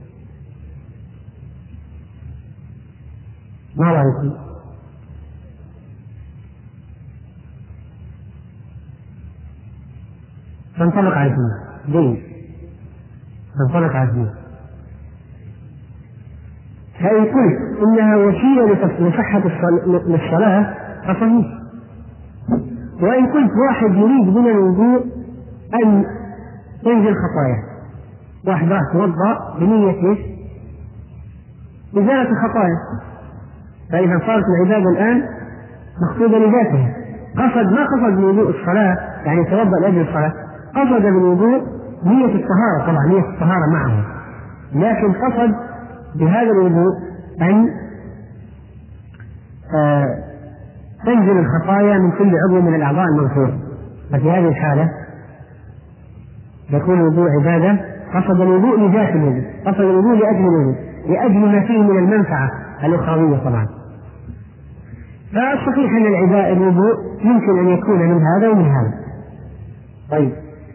Speaker 1: ما رأيكم؟ فانطلق على اثنين، جيد، فانطلق على اثنين. فإن قلت إنها وسيلة لصحة الصلاة فصحيح. وإن قلت واحد يريد من الوضوء أن تنزل خطايا، واحد راح توضأ بنية إزالة الخطايا. فإذا صارت العبادة الآن مقصودة لذاتها، قصد ما قصد بوضوء الصلاة يعني توضأ لأجل الصلاة، قصد بالوضوء نية الطهارة، طبعا نية الطهارة معه، لكن قصد بهذا الوضوء أن آه تنزل الخطايا من كل عضو من الأعضاء المغفور. ففي هذه الحالة يكون الوضوء عبادة، قصد الوضوء لذات الوضوء، قصد الوضوء لأجل الوضوء، لأجل ما فيه من المنفعة الأخروية طبعا. فالصحيح أن العبادة الوضوء يمكن أن يكون من هذا ومن هذا. طيب،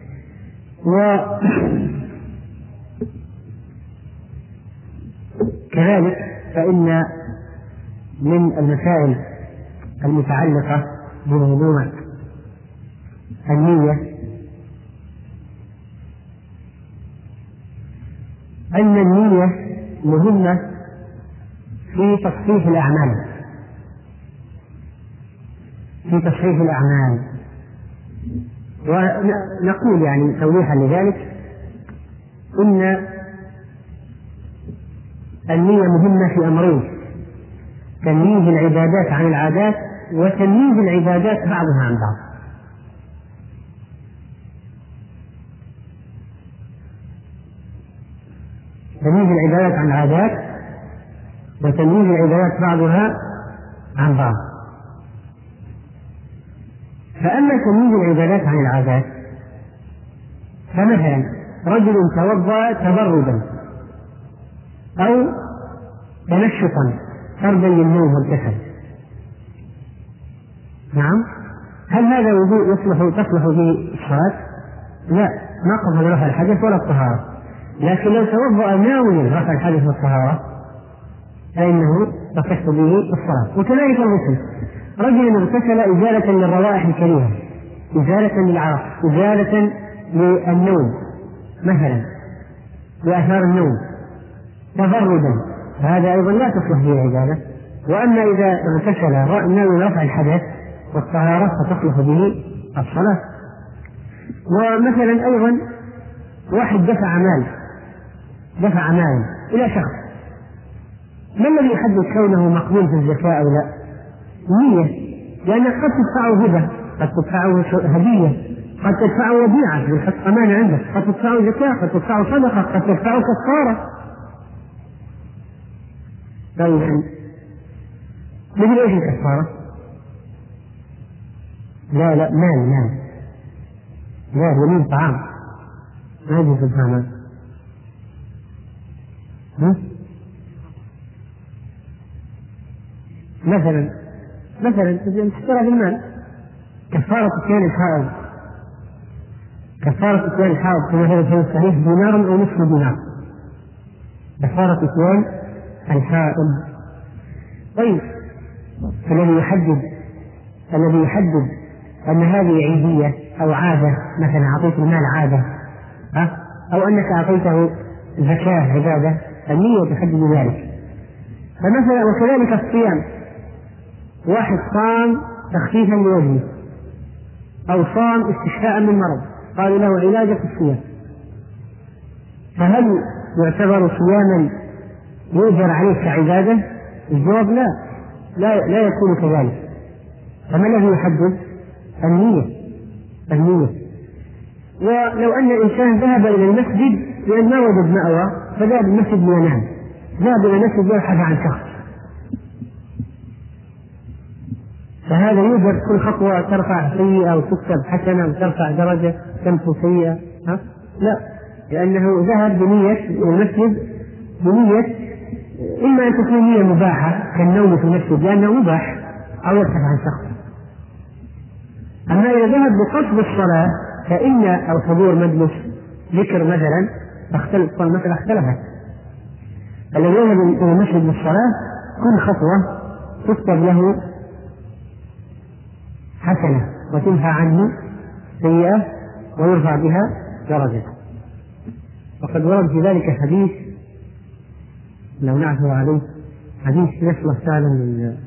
Speaker 1: وكذلك فإن من المسائل المتعلقة بموضوع النية أن النية مهمة في تصحيح الأعمال، في تصحيح الأعمال. ونقول يعني توضيحا لذلك إن النية مهمة في أمرين: تمييز العبادات عن العادات، وتمييز العبادات بعضها عن بعض. تمييز العبادات عن العادات، وتمييز العبادات بعضها عن بعض. فأما تمييز العبادات عن العادات، فمثلا رجل توضأ تبردا أو تنشطا طردا للنوم والكسل، نعم، هل هذا وضوء يصلح تصلح به الصلاة؟ لا، ما قصد رفع الحدث ولا الطهارة. لكن لو توضأ ناويا رفع الحدث والطهارة فإنه تصح به الصلاة. وكذلك المسلم، رجل اغتسل إزالة للروائح الكريهة، إزالة للعرق، إزالة للنوم مثلا، لآثار النوم تبردا، فهذا أيضا لا تصلح به العبادة. وأما إذا اغتسل ناوي رفع الحدث والطهارة فتصلح به الصلاة. ومثلا أيضا واحد دفع مال دفع مال إلى شخص، ما الذي يحدد كونه مقبول في الزكاة أو لا؟ النية، لأنك قد تدفعه هبة، قد تدفعه هدية، قد تدفعه وديعة بالحق أمانة عندك، قد تدفعه زكاة، قد تدفعه صدقة، قد تدفعه كفارة. طيب مثل ايش الكفارة؟ لا لا مال مال لا يمين طعام ما يجوز الطعام. مثلا مثلا تشترى بالمال. كفارة اتيان الحائض، كفارة اتيان الحائض كما هو في الصحيح دينار او نصف دينار، كفارة اتيان الحائض. طيب الذي يحدد الذي يحدد أن هذه عيدية أو عادة، مثلا أعطيت المال عادة ها؟ أو أنك أعطيته زكاة عبادة، النية تحدد ذلك. فمثلا وكذلك الصيام، واحد صام تخفيفا لوجهه أو صام استشفاء من مرض، قالوا له علاج في الصيام، فهل يعتبر صياما يؤجر عليه كعبادة؟ الجواب لا لا, لا يكون كذلك. فما الذي يحدد؟ النية النية ولو أن الإنسان ذهب إلى المسجد لأن ما وجد مأوى فذهب المسجد لينام، ذهب إلى المسجد يبحث عن شخص، فهذا يوجد كل خطوة ترفع سيئة وتكتب حسنة وترفع درجة تمحو سيئة؟ ها؟ لا، لأنه ذهب بنية إلى المسجد بنية إما أن تكون نية مباحة كالنوم في المسجد لأنه مباح أو يبحث عن شخص. أما إذا ذهب بقصد الصلاة فإن أو حضور مجلس ذكر مثلا اختلف مثلا اختلفت. الذي يذهب إلى المسجد للصلاة كل خطوة تكتب له حسنة وتنهى عنه سيئة ويرفع بها درجة. وقد ورد في ذلك حديث لو نعثر عليه، حديث يصلح فعلا من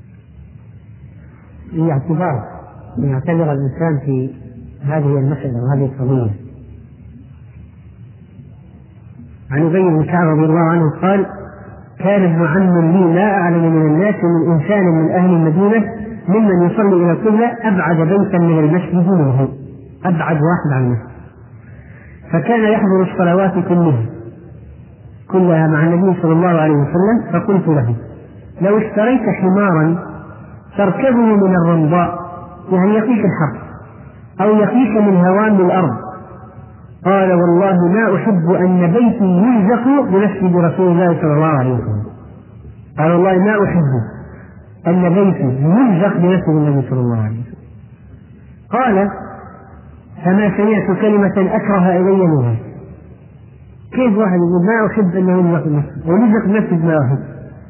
Speaker 1: الاعتبار أن يعتبر الإنسان في هذه المسألة وهذه القضية. عن أبي بن كعب رضي الله عنه قال: كان كان ابن عم لي لا أعلم من الناس من إنسان من أهل المدينة ممن يصلي إلى القبلة أبعد بيتا من المسجد منه، أبعد واحد عن المسجد، فكان يحضر الصلوات كلها كلها مع النبي صلى الله عليه وسلم. فقلت له: لو اشتريت حمارا تركبه من الرمضاء، يعني يقيك الحر أو يقيك من هوام الأرض. قال: والله ما أحب أن بيتي يلزق بمسجد رسول الله صلى الله عليه وسلم. قال: والله ما أحب أن بيتي يلزق بمسجد النبي صلى الله عليه وسلم. قال: فما سمعت كلمة أكره إلي منها. كيف واحد يقول ما أحب أنه يلزق بمسجد ويلزق بمسجد ما أحب؟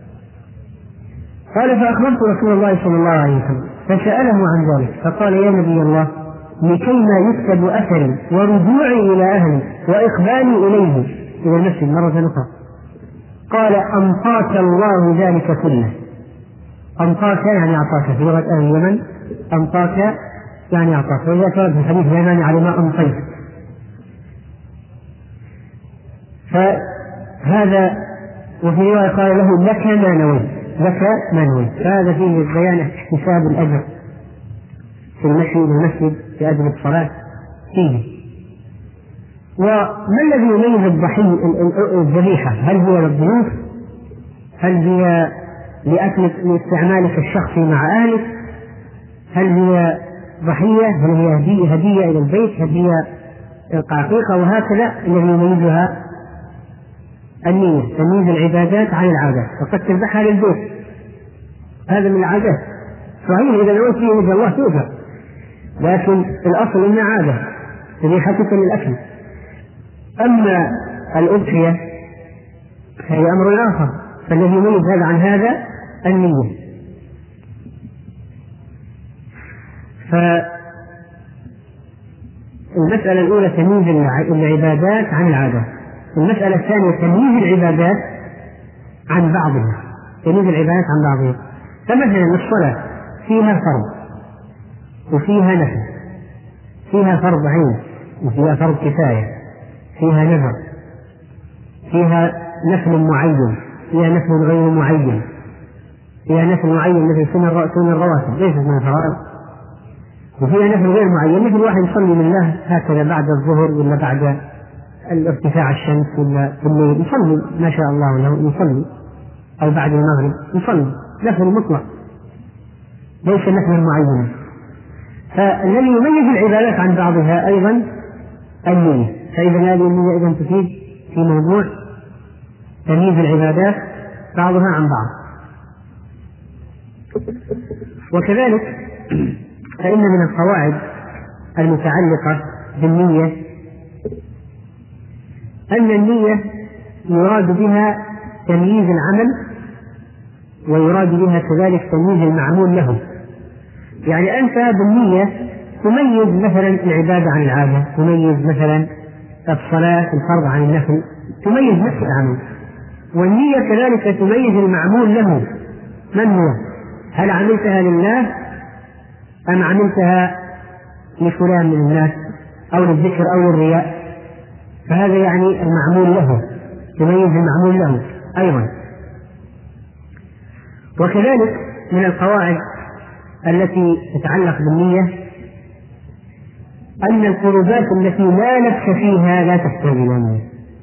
Speaker 1: قال: فأخبرت رسول الله صلى الله عليه وسلم فسأله عن ذلك، فقال: يا نبي الله، لكيما يكتب أثري ورجوعي إلى أهلي وإقبالي إليه إلى المسجد مرة أخرى. قال: أنطاك الله ذلك كله. أنطاك يعني أعطاك، في لغة أهل اليمن أنطاك يعني أعطاك، وإذا كان في الحديث اليماني على ما أنطيت. فهذا وفي رواية قال له: لك ما نويت، لك ما نويت. فهذا فيه بيان احتساب الأجر في المشي إلى المسجد في أجل الصلاة فيه. وما الذي يميز الضحية الذبيحة؟ هل هي للضيوف؟ هل هي لأكل لاستعمالك الشخصي مع أهلك؟ هل هي ضحية؟ هل هي هدية, هدية إلى البيت؟ هل هي قعقيقة؟ وهكذا الذي يميزها النية، تمييز العبادات عن العادات. وقد تذبحها للبيت، هذا من العادات. صحيح إذا نويت فيه وجه الله توفى، لكن الأصل إنها عادة ذبيحتك للأكل. أما الأضحية فهي أمر آخر، فالذي يميز هذا عن هذا النية. فالمسألة الأولى تمييز العبادات عن العادات. المسألة الثانية تمييز العبادات عن بعضها، تمييز العبادات عن بعضها. فمثلا الصلاة فيها فرض وفيها نفل، فيها فرض عين وفيها فرض كفاية، فيها نذر، فيها نفل معين، فيها نفل غير معين، فيها نفل معين مثل سنن الرواتب ليست من الفرائض، وفيها نفل غير معين مثل واحد يصلي لله هكذا بعد الظهر ولا بعد ارتفاع الشمس ولا في الليل يصلي ما شاء الله له يصلي، أو بعد المغرب يصلي، نفل مطلق ليس نفلا معينا. فالذي يميز العبادات عن بعضها أيضا النية. فإذا هذه النية إذن تفيد في موضوع تمييز العبادات بعضها عن بعض. وكذلك فإن من القواعد المتعلقة بالنية أن النية يراد بها تمييز العمل ويراد بها كذلك تمييز المعمول له. يعني أنت بالنية تميز مثلا العبادة عن العادة، تميز مثلا الصلاة الفرض عن النفل، تميز نفس العمل. والنية كذلك تميز المعمول له، من هو؟ هل عملتها لله أم عملتها لفلان من الناس أو للذكر أو للرياء؟ فهذا يعني المعمول له، تميز المعمول له أيضا. وكذلك من القواعد التي تتعلق بالنية أن القربات التي لا نفس فيها لا تحتاج إلى نية.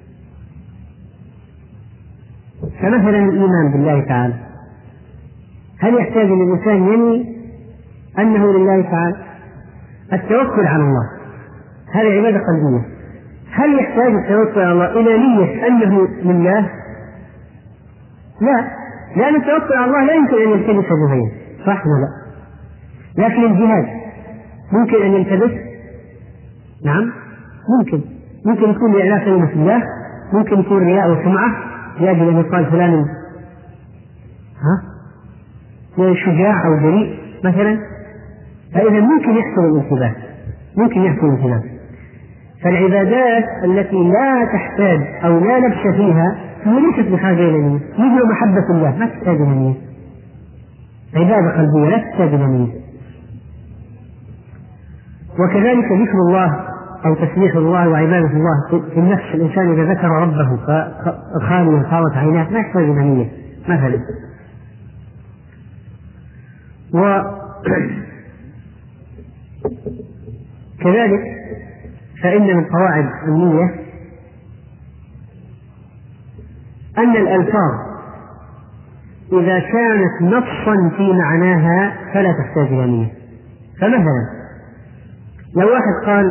Speaker 1: فمثلا الإيمان بالله تعالى، هل يحتاج الإنسان ينوي أنه لله تعالى؟ التوكل على الله هذه عبادة قلبية، هل يحتاج التوكل على الله إلى نية أنه لله؟ لا، لأن التوكل على الله لا يمكن أن يلتبس بهين، صح ولا لا؟ لكن الجهاد ممكن أن يلتبس؟ نعم ممكن، ممكن يكون لإعلاء كلمة الله، ممكن يكون رياء وسمعة لأجل أن يقال فلان ها شجاع أو جريء مثلا. فإذا ممكن يحصل الالتباس، ممكن يحصل الالتباس. فالعبادات التي لا تحتاج أو لا لبس فيها هي ليست بحاجة إلى نية، مثل محبة الله ما تحتاج إلى نية، عبادة قلبية لا تحتاج إلى نية. وكذلك ذكر الله أو تسبيح الله وعبادة الله في النفس، الإنسان إذا ذكر ربه فخاليا صارت عيناه ما يحتاج إلى نية، مثلا. وكذلك فإن من قواعد النية أن الألفاظ إذا كانت نصا في معناها فلا تحتاج إلى نية. فمثلا لو واحد قال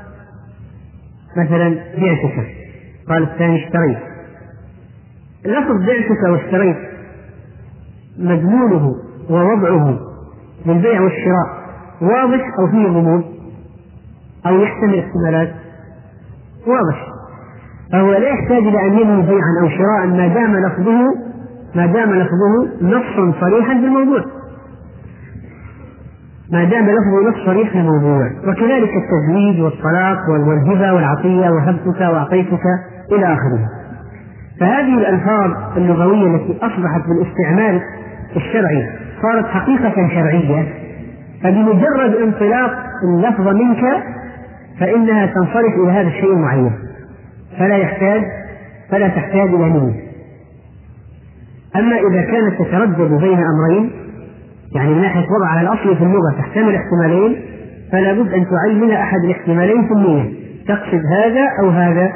Speaker 1: مثلا بعتك، قال الثاني اشتريت، لفظ بعتك واشتريت مضمونه ووضعه للبيع والشراء واضح أو فيه غموض أو يحتمل احتمالات؟ واضح، فهو لا يحتاج إلى أن ينوي بيعا أو شراء ما دام لفظه ما دام لفظه نصا صريحا بالموضوع، ما دام لفظه نص صريح في الموضوع. وكذلك التزويج والطلاق والهبة والعطية وهبتك وأعطيتك إلى آخره. فهذه الألفاظ اللغوية التي أصبحت بالاستعمال الشرعي صارت حقيقة شرعية، فبمجرد انطلاق اللفظ منك فإنها تنصرف إلى هذا الشيء المعين، فلا يحتاج فلا تحتاج إلى نية. أما إذا كانت تتردد بين أمرين، يعني من ناحية وضع على الأصل في اللغة تحتمل احتمالين، فلا بد أن تعلم أحد الاحتمالين في النية، تقصد هذا أو هذا.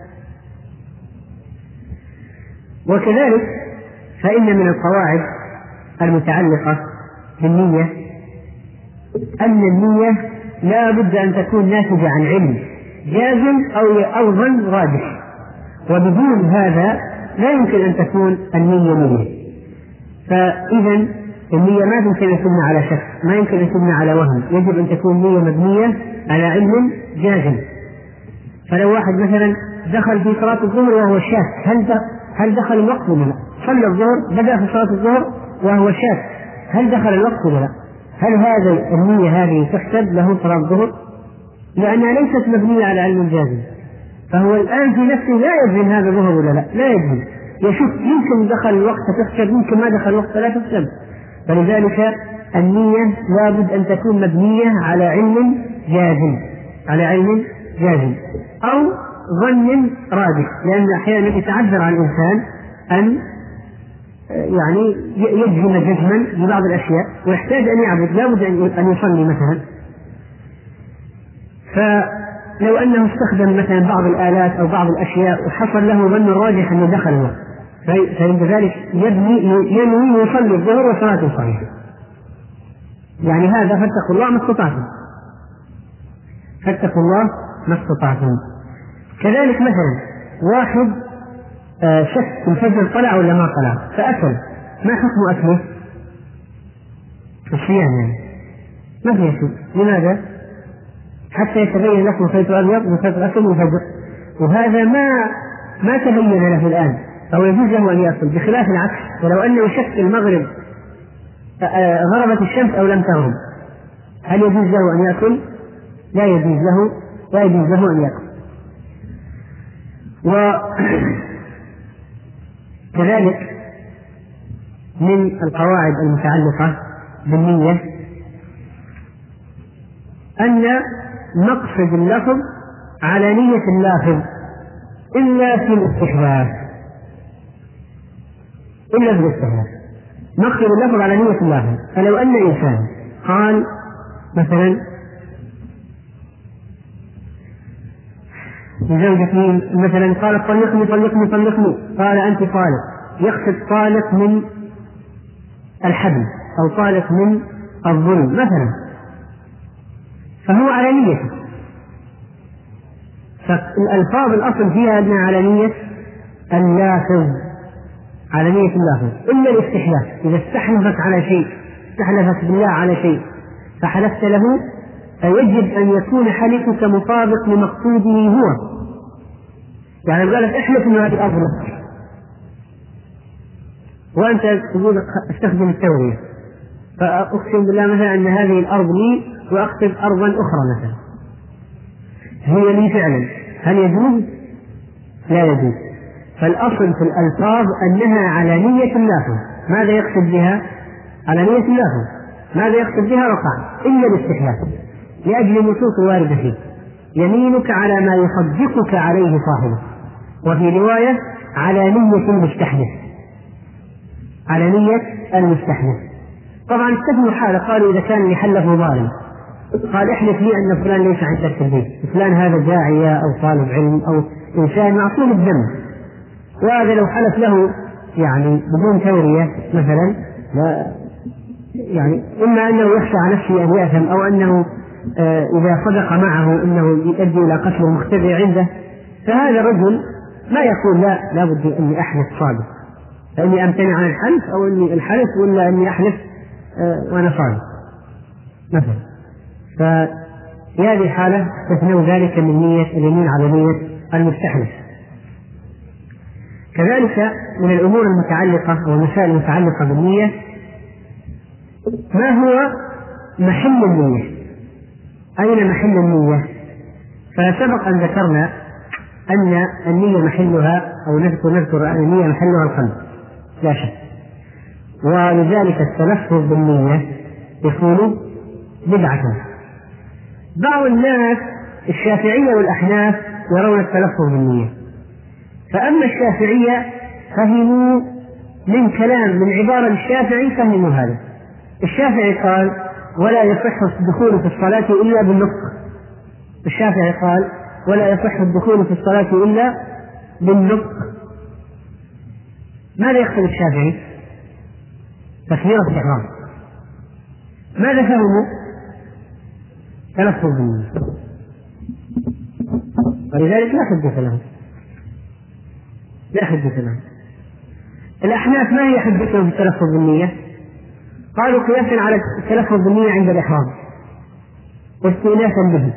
Speaker 1: وكذلك فإن من القواعد المتعلقة بالنية أن النية لا بد أن تكون ناتجة عن علم جازم أو أو ظن راجح، وبدون هذا لا يمكن أن تكون النية نية. فإذا النية ما يمكن أن تبنى على شك، ما يمكن أن تبنى على وهم، يجب أن تكون نية مبنية على علم جازم. فلو واحد مثلا دخل في صلاة الظهر وهو شاك هل هل دخل الوقت ولا لا؟ صلى الظهر بدأ في صلاة الظهر وهو شاك هل دخل الوقت ولا لا؟ هل هذا النية هذه تحسب له صلاة الظهر؟ لأنها ليست مبنية على علم جازم. فهو الآن في نفسه لا يجزم هذا ظهر ولا لا، لا يجزم، يشوف يمكن دخل الوقت تحسب يمكن ما دخل الوقت لا تحسب. فلذلك النية لابد أن تكون مبنية على علم جازم على علم جازم أو ظن راجح، لأن أحيانا يتعذر على الإنسان أن يعني يجزم جزما ببعض الأشياء ويحتاج أن يعبد، لابد أن يصلي مثلا، فلو أنه استخدم مثلا بعض الآلات أو بعض الأشياء وحصل له ظن راجح أنه دخل الوقت، فعند ذلك يبني ينوي يصلي الظهر وصلاته صحيحة. يعني هذا فاتقوا الله ما استطعتم، فاتقوا الله ما استطعتم. كذلك مثلا واحد شك الفجر طلع ولا ما طلع فأكل، ما حكم أكله؟ الصيام يعني ما في شيء. لماذا؟ حتى يتبين لكم خيط أبيض من خيط أسود من الفجر، وهذا ما ما تبين له الآن، أو يجوز له أن يأكل، بخلاف العكس. ولو أنه شك المغرب غربت الشمس أو لم تغرب هل يجوز له أن يأكل؟ لا يجوز له لا يجوز له أن يأكل. وكذلك من القواعد المتعلقة بالنية أن نقصد اللفظ على نية اللافظ إلا في الاستحباب، إلا في الاستحباب نقصد اللفظ على نية اللافظ. فلو أن إنسان قال مثلا لزوجته مثلا قالت طلقني طلقني طلقني، قال أنت طالق، يقصد طالق من الحبل أو طالق من الظلم مثلا، فهو على نيته. فالألفاظ الأصل فيها أنها على نية اللافظ على نية اللافظ إلا الاستحلاف. إذا استحلفت على شيء استحلفت بالله على شيء فحلفت له فيجب أن يكون حلفك مطابق لمقصوده هو. يعني قالت احلف انه هذه الأرض لك وأنت تقول استخدم التورية، فأقسم بالله مثلا أن هذه الأرض لي وأقصد أرضا أخرى مثلا هي لي فعلا، هل يجوز؟ لا يجوز. فالأصل في الألفاظ أنها على نية اللافظ. ماذا يقصد بها؟ على نية اللافظ. ماذا يقصد بها؟ وقع إلا الاستحلاف لأجل النصوص الواردة فيه. يمينك على ما يصدقك عليه صاحبه، وفي رواية على نية المستحلف. على نية المستحلف. طبعا استثنوا حالة، قالوا إذا كان يحلف ظالم، قال احلف لي أن فلان ليس عندك في البيت، فلان هذا داعية أو طالب علم أو إنسان معصوم الدم، وهذا لو حلف له يعني بدون تورية مثلا، لا يعني إما أنه يخشى على نفسه أن يأثم، أو أنه آه إذا صدق معه أنه يؤدي إلى قتل المختبئ عنده، فهذا الرجل ما يقول لا لابد أني أحلف صادق، فإني أمتنع عن الحلف أو أني الحلف ولا أني أحلف آه وأنا صادق مثلا. ففي هذه الحالة استثنوا ذلك من نية اليمين على نية المستحلف. كذلك من الأمور المتعلقة أو المسائل المتعلقة بالنية ما هو محل النية؟ أين محل النية؟ فسبق أن ذكرنا أن النية محلها أو نذكر نذكر أن النية محلها القلب لا شك، ولذلك التلفظ بالنية يكون بدعة. بعض الناس الشافعية والأحناف يرون التلفظ بالنية، فأما الشافعية فهموا من كلام من عبارة الشافعي فهموا هذا. الشافعي قال ولا يصح الدخول في الصلاة إلا بالنطق. الشافعي قال ولا يصح الدخول في الصلاة إلا بالنطق. ماذا يقصد الشافعي؟ تكبيرة الإحرام. ماذا فهموا؟ تلفظ بالنية، ولذلك لا حجة لهم لا حجة لهم. الأحناف ما هي حجتهم في التلفظ بالنية؟ قالوا قياسا على التلفظ بالنية عند الإحرام واستئناسا به،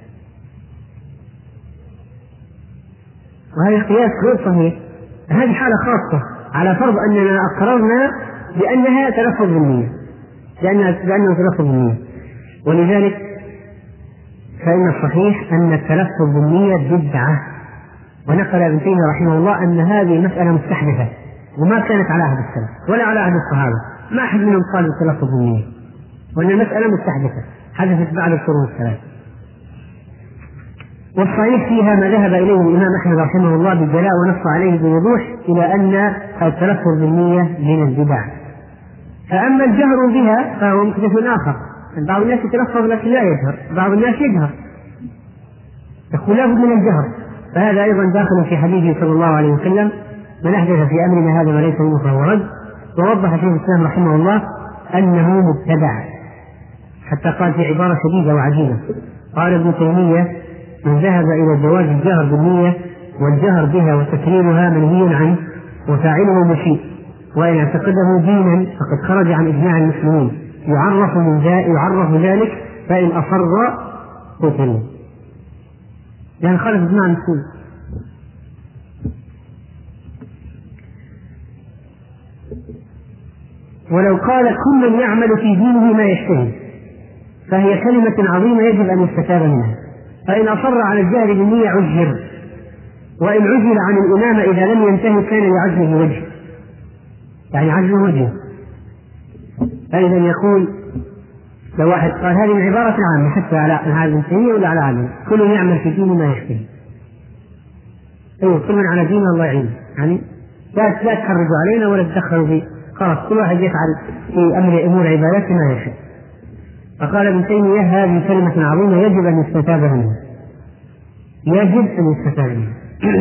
Speaker 1: وهذا قياس غير صحيح. هذه حالة خاصة على فرض أننا أقررنا بأنها تلفظ بالنية، لأنها بأنه تلفظ بالنية. ولذلك فإن الصحيح أن التلفظ بالنية بدعة. ونقل ابن تيمية رحمه الله أن هذه مسألة مستحدثة وما كانت على عهد السلف ولا على عهد الصحابة، ما أحد منهم قال بالتلفظ بالنية، وأن المسألة مستحدثة حدثت بعد القرون الثلاث. والصحيح فيها ما ذهب إليه الإمام أحمد رحمه الله بالجلاء ونص عليه بوضوح إلى أن التلفظ بالنية من البدع. فأما الجهر بها فهو محدث آخر. بعض الناس يتلفظ لكن لا يجهر، بعض الناس يجهر، يقول لابد من الجهر، فهذا أيضا داخل في حديثه صلى الله عليه وسلم من أحدث في أمرنا هذا ما ليس منه فهو رد. ووضح شيخ الإسلام رحمه الله أنه مبتدع، حتى قال في عبارة شديدة وعجيبة، قال ابن تيمية من ذهب إلى جواز الجهر بالنية والجهر بها وتكريرها منهي عنه وفاعله مشيء، وإن اعتقده دينا فقد خرج عن إجماع المسلمين، يعرف من ذلك يعرف ذلك فإن أصر قتل، يعني خرج إجماع المسلمين. ولو قال كل من يعمل في دينه ما يشتهي فهي كلمة عظيمة يجب أن يستتاب منها، فإن أصر على الجهل بالنية عجر، وإن عجل عن الإمامة إذا لم ينتهي كان لعجله وجه، يعني عجله وجه. فإذا يقول لو واحد قال هذه العبارة عامة حتى على هذا الشيء ولا على هذا، كل من يعمل في دينه ما يشتهي، أيوة كل من على دينه الله يعينه، يعني لا لا تخرجوا علينا ولا تدخلوا في، خلاص كل واحد يفعل في أمر أمور عبادته ما يشاء. فقال ابن تيمية هذه كلمة عظيمة يجب أن يستتاب منها، يجب أن يستتاب منها.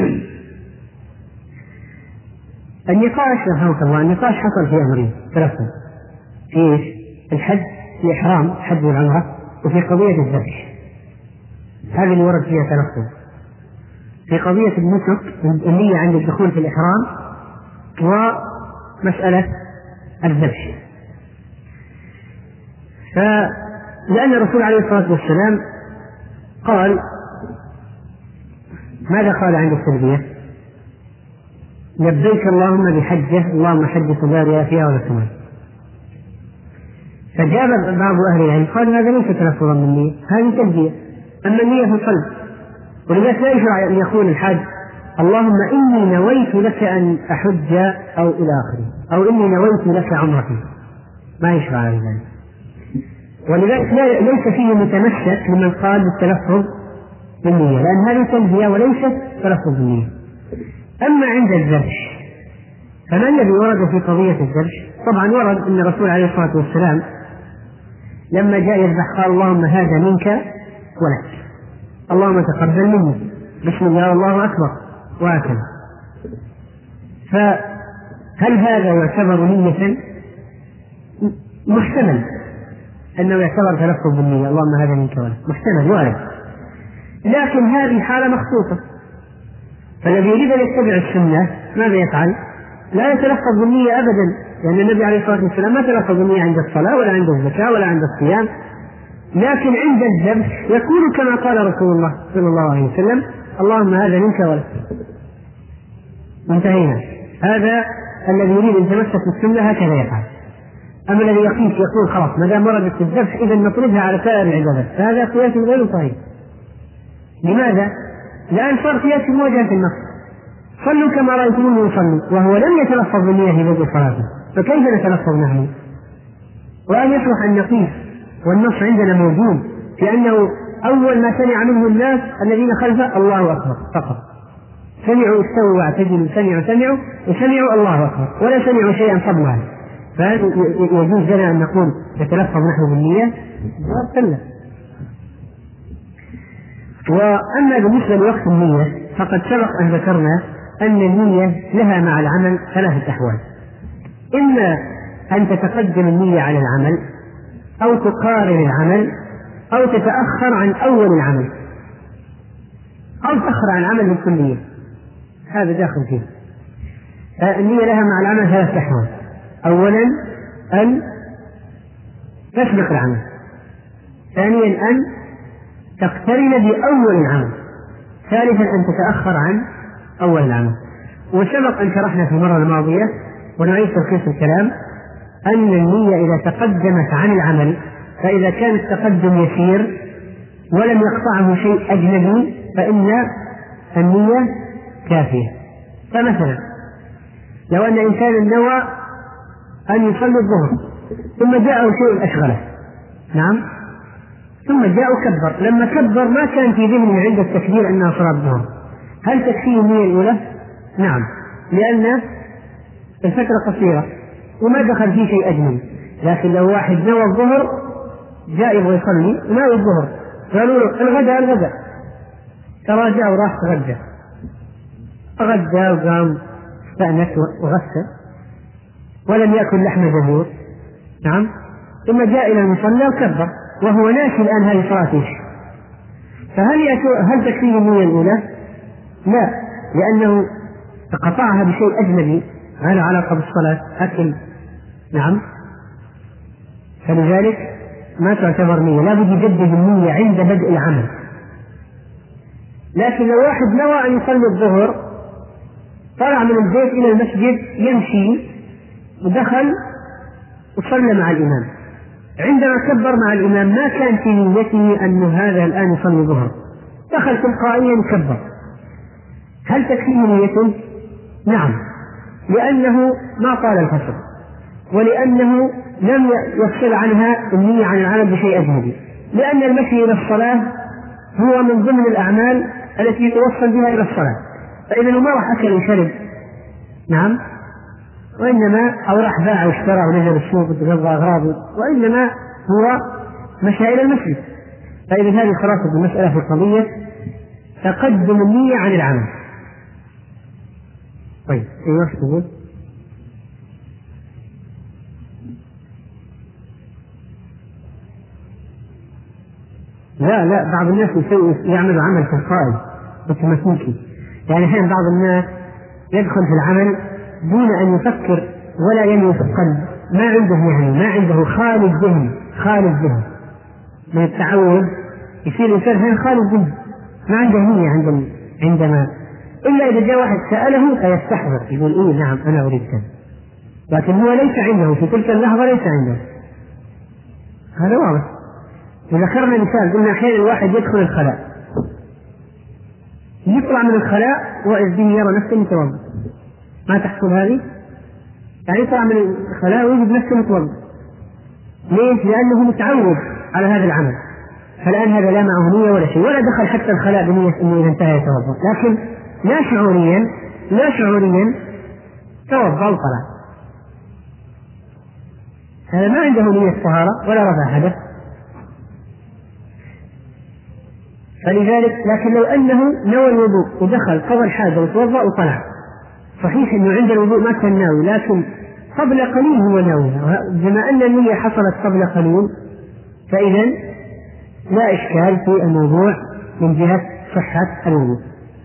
Speaker 1: النقاش رحمه الله، النقاش حصل في أمرين ثلاثة، في الحج الإحرام حج العمرة، وفي قضية الذبح، هذه اللي ورد فيها تلفظ. في قضية النسك النية عند الدخول في الإحرام ومسألة الذبح، فلأن الرسول عليه الصلاة والسلام قال ماذا قال عند التلبية؟ لبيك اللهم بحجة اللهم حجة لا رياء فيها ولا سمعة. فجاب بعض أهل العلم قال هذا ليس تلفظا من النية، هذه تلبية، أما النية في القلب. ولذلك لا يشرع أن يقول الحاج اللهم إني نويت لك أن أحج أو إلى آخره، أو إني نويت لك عمرتي، ما يشرع ذلك. ولذلك ليس فيه متمسك لمن قال بالتلفظ بالنية، لأن هذه تلبية وليست تلفظ بالنية. أما عند الذبح فما الذي ورد في قضية الذبح؟ طبعا ورد أن الرسول عليه الصلاة والسلام لما جاء يذبح قال اللهم هذا منك ولك، اللهم تقبل مني، بسم الله والله أكبر، وهكذا. فهل هذا يعتبر نية؟ محتمل أنه يعتبر تلفظ بالنية، اللهم هذا منك ولك، محتمل وارد، لكن هذه حالة مخصوصة. فالذي يريد أن يتبع السنة ماذا يفعل؟ لا يتلفظ بالنية أبدا، لأن النبي عليه الصلاة والسلام ما تلفظ بالنية عند الصلاة ولا عند الزكاة ولا عند الصيام، لكن عند الذبح يكون كما قال رسول الله صلى الله عليه وسلم اللهم هذا منك ولك، انتهينا. هذا الذي يريد أن يتمسك بالسنة هكذا يفعل. أما الذي يقيس يقول خلاص ما دام وردت الذبح إذا نطردها على سائر العبادات، فهذا قياس غير صحيح. لماذا؟ لأن صار قياس في مواجهة النص، صلوا كما رأيتموني يصلوا، وهو لم يتلفظ بالنية في بدء صلاته، فكيف نتلفظ نحن؟ وأن يصلح أن نقيس والنص عندنا موجود في أنه أول ما سمع منه الناس الذين خلفه الله أكبر فقط، سمعوا استووا واعتدلوا، سمعوا سمعوا وسمعوا الله أكبر ولا سمعوا شيئا قبل هذا، فهذا يجوز لنا أن نقول نتلفظ نحن بالنية وسلم. وأما بالنسبة لوقت النية فقد سبق أن ذكرنا أن النية لها مع العمل ثلاثة أحوال: إما أن تتقدم النية على العمل، أو تقارن العمل، أو تتأخر عن أول العمل، أو تأخر عن العمل بالكلية، هذا داخل فيه. النية لها مع العمل ثلاثة أحوال: أولا أن تسبق العمل، ثانيا أن تقترن بأول العمل، ثالثا أن تتأخر عن أول العمل. وسبق أن شرحنا في المرة الماضية ونعيد تلخيص الكلام أن النية إذا تقدمت عن العمل، فإذا كان التقدم يسير ولم يقطعه شيء أجنبي فإن النية كافية. فمثلا لو أن إنسان نوى أن يصلي الظهر ثم جاءه شيء أشغله، نعم، ثم جاء كبر، لما كبر ما كان في ذهنه عند التكبير أنها صلاة الظهر، هل تكفيه النية الأولى؟ نعم، لأن الفترة قصيرة وما دخل فيه شيء أجنبي. لكن لو واحد نوى الظهر جاء يبغى يصلي ونوى الظهر، قالوا له الغداء الغداء، تراجع وراح تغدى، تغدى وقام استأنس وغسل ولم يأكل لحم زبور، نعم، ثم جاء إلى المصلى وكبر وهو ناسي الآن هذه صلاة ايش؟ فهل هل تكفيه النية الأولى؟ لا، لأنه قطعها بشيء أجنبي هذا علاقة بالصلاة، أكل، نعم، فلذلك ما تعتبر نية، لا بد يجدد النية عند بدء العمل. لكن لو واحد نوى أن يصلي الظهر طلع من البيت إلى المسجد يمشي ودخل وصلى مع الإمام، عندما كبر مع الإمام ما كان في نيته أن هذا الآن يصلي الظهر، دخل تلقائيا كبر، هل تكفيه نيته؟ نعم، لأنه ما طال الفصل، ولأنه لم يفصل عنها النية عن العمل بشيء أجنبي، لأن المشي إلى الصلاة هو من ضمن الأعمال التي يتوصل بها إلى الصلاة، فإذا ما راح أكل وشرب، نعم، وإنما أو راح باع واشترى ونزل السوق وتغذى أغراضه، وإنما هو مشى إلى المسجد. فإذا هذه خلاصة المسألة في القضية تقدم النية عن العمل. طيب ايوه تقول؟ لا لا بعض الناس يسوي يعمل عمل تلقائي اوتوماتيكي، يعني الحين بعض الناس يدخل في العمل دون ان يفكر ولا ينوي في القلب، ما عنده يعني ما عنده خالي الذهن، خالي الذهن من التعود يصير الانسان هين خالي الذهن، ما عنده نية عند عندما إلا إذا جاء واحد سأله فيستحضر يقول إيه نعم أنا أريد كذا، لكن هو ليس عنده في تلك اللحظة، ليس عنده. هذا واضح. وذكرنا مثال قلنا أحيانا الواحد يدخل الخلاء يطلع من الخلاء وإذ به يرى نفسه متوضئ، ما تحصل هذه؟ يعني يطلع من الخلاء ويجد نفسه متوضئ، ليش؟ لأنه متعود على هذا العمل، فالآن هذا لا معه نية ولا شيء، ولا دخل حتى الخلاء بنية أنه إذا انتهى يتوضأ، لكن لا شعوريا لا شعوريا توضأ وطلع، هذا ما عنده نية طهارة ولا رفع حدث. فلذلك لكن لو أنه نوى الوضوء ودخل قضى الحاجة وتوضأ وطلع، صحيح أنه عند الوضوء ما كان ناوي، لكن قبل قليل هو ناوي، بما أن النية حصلت قبل قليل فإذا لا إشكال في الموضوع من جهة صحة الوضوء.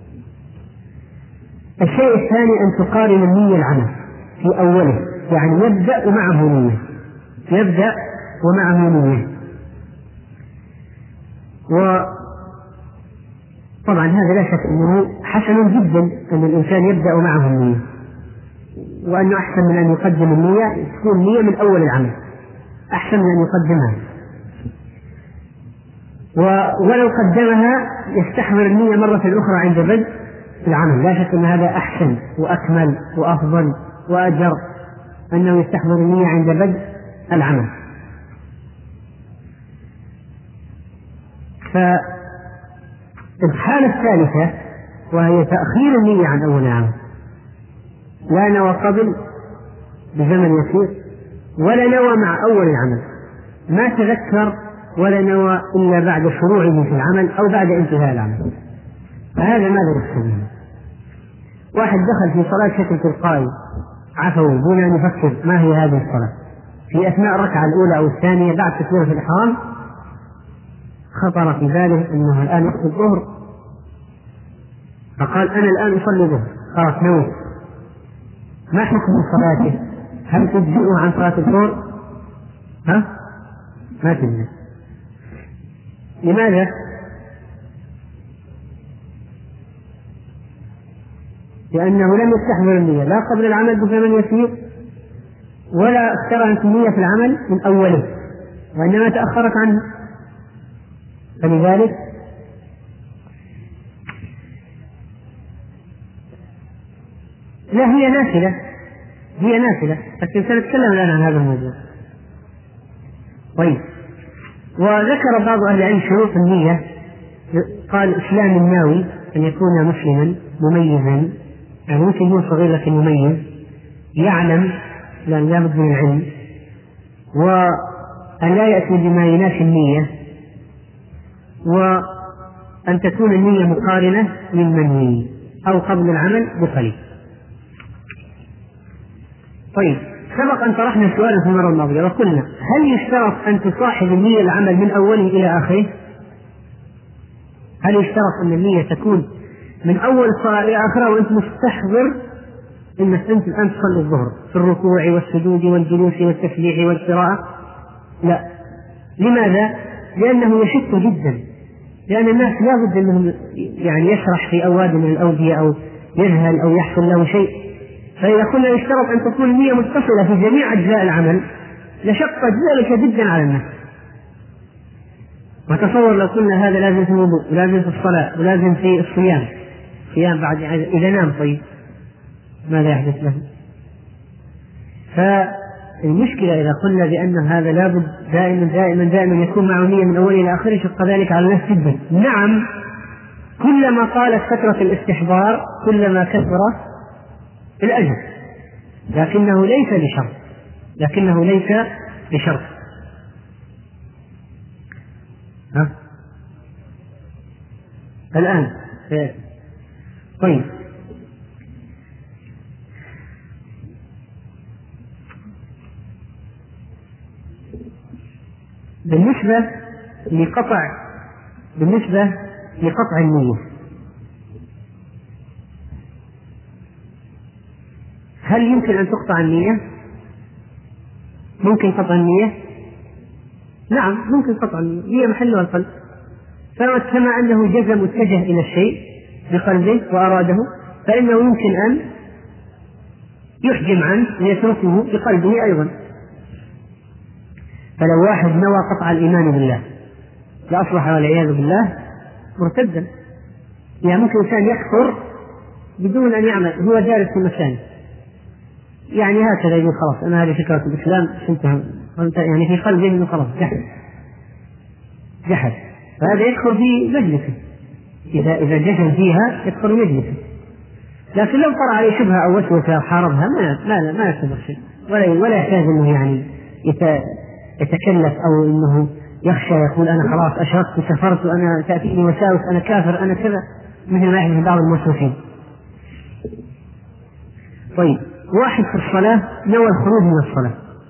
Speaker 1: الشيء الثاني أن تقارن النية العمل في أوله، يعني يبدأ ومعه نية، يبدأ ومعه نية. وطبعا هذا لا شك أنه حسن جدا أن الإنسان يبدأ معه النية، وأنه أحسن من أن يقدم النية، تكون النية من أول العمل أحسن من أن يقدمها، ولو قدمها يستحضر النية مرة أخرى عند بدء العمل. لا شك أن هذا أحسن وأكمل وأفضل وأجر أنه يستحضر النية عند بدء العمل. فالحالة الثالثة وهي تأخير النية عن أول العمل، لا نوى قبل بزمن يسير ولا نوى مع أول العمل، ما تذكر ولا نوى إلا بعد شروعه في العمل أو بعد انتهاء العمل، فهذا ماذا يحصل؟ واحد دخل في صلاة بشكل تلقائي عفوي دون أن يفكر ما هي هذه الصلاة، في أثناء الركعة الأولى أو الثانية بعد تكبيرة الإحرام خطر في باله أنه الآن وقت الظهر، فقال أنا الآن أصلي الظهر، خلاص نويت. ما حكم صلاته؟ هل تجزئه عن صلاة الظهر؟ ها؟ ما تجزئ. لماذا؟ لأنه لم يستحضر النية لا قبل العمل بزمن يسير ولا اقترنت النية في العمل من أوله، وإنما تأخرت عنه. فلذلك لا هي نافلة، هي نافلة، لكن سنتكلم الآن عن هذا الموضوع. طيب، وذكر بعض أهل العلم شروط النية، قال إسلام الناوي أن يكون مسلما مميزا، يعني ممكن يكون صغير لكن مميز، يعلم لأن لا بد من العلم، وأن لا يأتي بما ينافي النية، وأن تكون النية مقارنة للمنوي أو قبل العمل بقليل. طيب، سبق أن طرحنا سؤالا في المرة الماضية وقلنا هل يشترط أن تصاحب النية العمل من أوله إلى آخره؟ هل يشترط أن النية تكون من أول الصلاة إلى آخرها وأنت مستحضر إنك أنت الآن تصلي الظهر في الركوع والسجود والجلوس والتسبيح والقراءة؟ لا. لماذا؟ لأنه يشك جدا، لأن الناس لا بد أنهم يعني يشرح في أواد من الأودية أو يذهل أو يحصل له شيء، فإذا كنا يشترط أن تكون النية متصلة في جميع أجزاء العمل لشق ذلك جدا على الناس. وتصور لو قلنا هذا لازم في الوضوء ولازم في الصلاة ولازم في الصيام، صيام بعد إذا نام طيب ماذا يحدث له؟ فالمشكلة إذا قلنا بأن هذا لابد دائما دائما دائما يكون معه نية من أول إلى آخره شق ذلك على الناس جدا. نعم، كلما طالت فترة الاستحضار كلما كثر الأجر، لكنه ليس بشرط، لكنه ليس بشرط. ها؟ الآن طيب، بالنسبة لقطع بالنسبة لقطع النية، هل يمكن أن تقطع النية؟ ممكن قطع النية؟ نعم ممكن قطع النية، هي محلها القلب، فكما أنه جزم متجه إلى الشيء بقلبه وأراده، فإنه يمكن أن يحجم عنه ويتركه بقلبه أيضا. فلو واحد نوى قطع الإيمان بالله لأصبح والعياذ بالله مرتدا. يعني ممكن إنسان يكفر بدون أن يعمل، هو جالس في مكانه يعني هكذا يقول خلاص أنا هذه فكرة الإسلام انتهى، يعني في قلبه إنه خلاص جحد جحد فهذا يدخل في مجلسه، إذا إذا جحد فيها يدخل مجلسه. لكن لو طرأ عليه شبهة أو وسوسة وحاربها ما ما ما يعتبر شيء، ولا ولا يحتاج إنه يعني يتكلف أو إنه يخشى يقول أنا خلاص أشركت وكفرت وأنا تأتيني وساوس أنا كافر أنا كذا، مثل ما يحدث بعض الموسوسين. طيب، واحد في الصلاة نوى الخروج من الصلاة،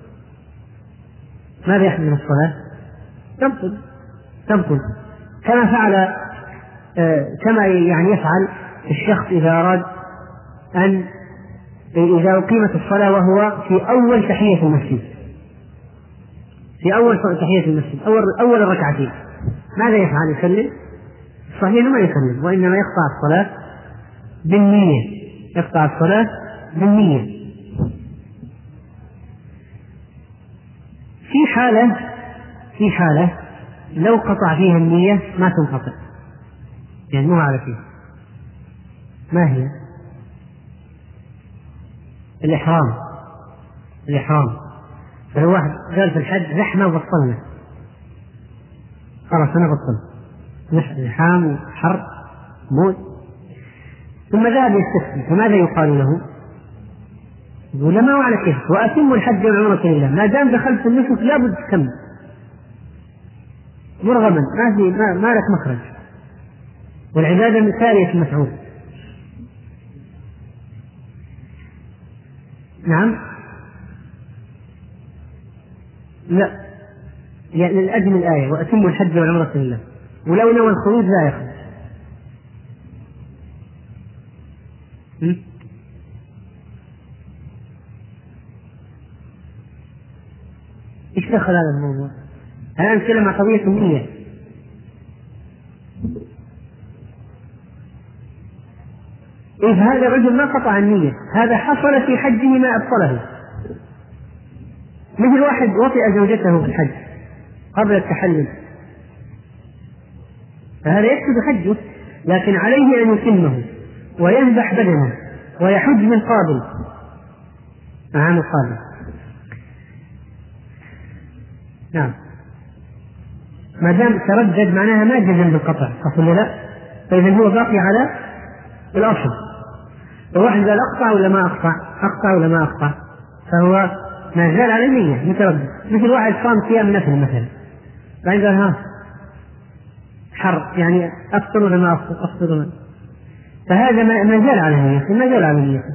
Speaker 1: ماذا يحدث من الصلاة؟ تبطل تبطل كما فعل آه كما يعني يفعل الشخص إذا أراد أن إذا أقيمت الصلاة وهو في أول تحية المسجد، في أول تحية المسجد أول أول الركعتين، ماذا يفعل؟ يسلم؟ صحيح ما يسلم، وإنما يقطع الصلاة بالنية، يقطع الصلاة بالنية. في حالة في حالة لو قطع فيها النية ما تنقطع، يعني مو على فيه. ما هي؟ الإحرام. الإحرام فلو واحد قال في الحج زحمة وبطلنا، خلاص أنا بطل زحام وحر موت، ثم ذهب يستسلم، فماذا يقال له؟ يقول ما على كيف وأتم الحج والعمرة لله، ما دام دخلت في النسك لابد تكمل مرغما، ما في ما, ما لك مخرج، والعبادة مثالية المفعول. نعم، لا، يعني الأجل الآية وأتم الحج والعمرة لله، ولو نوى الخروج لا يخرج. إيش دخل هذا الموضوع؟ الآن نتكلم عن قضية النية. إذ هذا الرجل ما قطع النية، هذا حصل في حجه ما أبطله، مثل واحد وطئ زوجته في الحج قبل التحلل، فهذا يفسد حجه، لكن عليه أن يتمه ويذبح بدنه ويحج من قابل عام القابل. نعم، ما دام تردد معناها ما جزم بالقطع، صح ولا لا؟ فإذا هو باقي على الأصل. وواحد قال أقطع ولا ما أقطع، أقطع ولا ما أقطع، فهو ما زال على النية متردد. مثل واحد صام صيام نفل مثلا، بعدين قال ها حر يعني أفطر ولا ما أفطر، أفطر ولا، فهذا ما زال على النية، ما زال على النية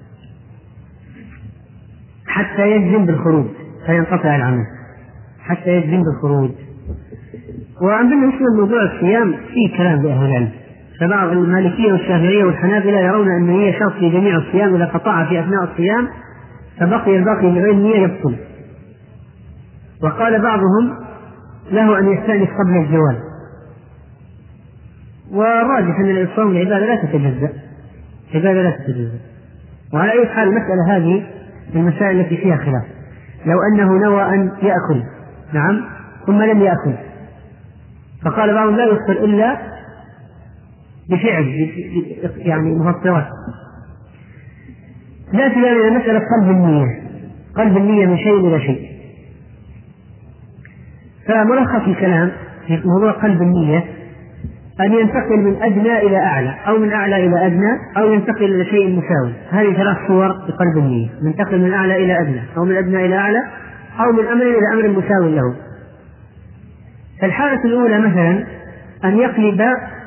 Speaker 1: حتى يجزم بالخروج فينقطع العمل، حتى يجزم بالخروج. وعندنا بالنسبة لموضوع الصيام في كلام بأهل العلم، فبعض المالكية والشافعية والحنابلة يرون أن هي شرط في جميع الصيام، إذا قطعها في أثناء الصيام فبقي الباقي بغير نية يبطل. وقال بعضهم له أن يستأنف قبل الزوال، والراجح أن الإصوام العبادة لا تتجزأ، عبادة لا تتجزأ. وعلى أي حال المسألة هذه المسائل التي فيها خلاف. لو أنه نوى أن يأكل نعم ثم لم يأكل، فقال بعضهم لا يفطر إلا بفعل يعني مفطرات، لا تلاقي مسألة قلب النية، قلب النية من شيء إلى شيء. فملخص الكلام في موضوع قلب النية أن ينتقل من أدنى إلى أعلى، أو من أعلى إلى أدنى، أو ينتقل إلى شيء مساوي. هذه ثلاث صور لقلب النية، ينتقل من أعلى إلى أدنى، أو من أدنى إلى أعلى، أو من أمر إلى أمر مساوي له. الحالة الأولى مثلا أن يقلب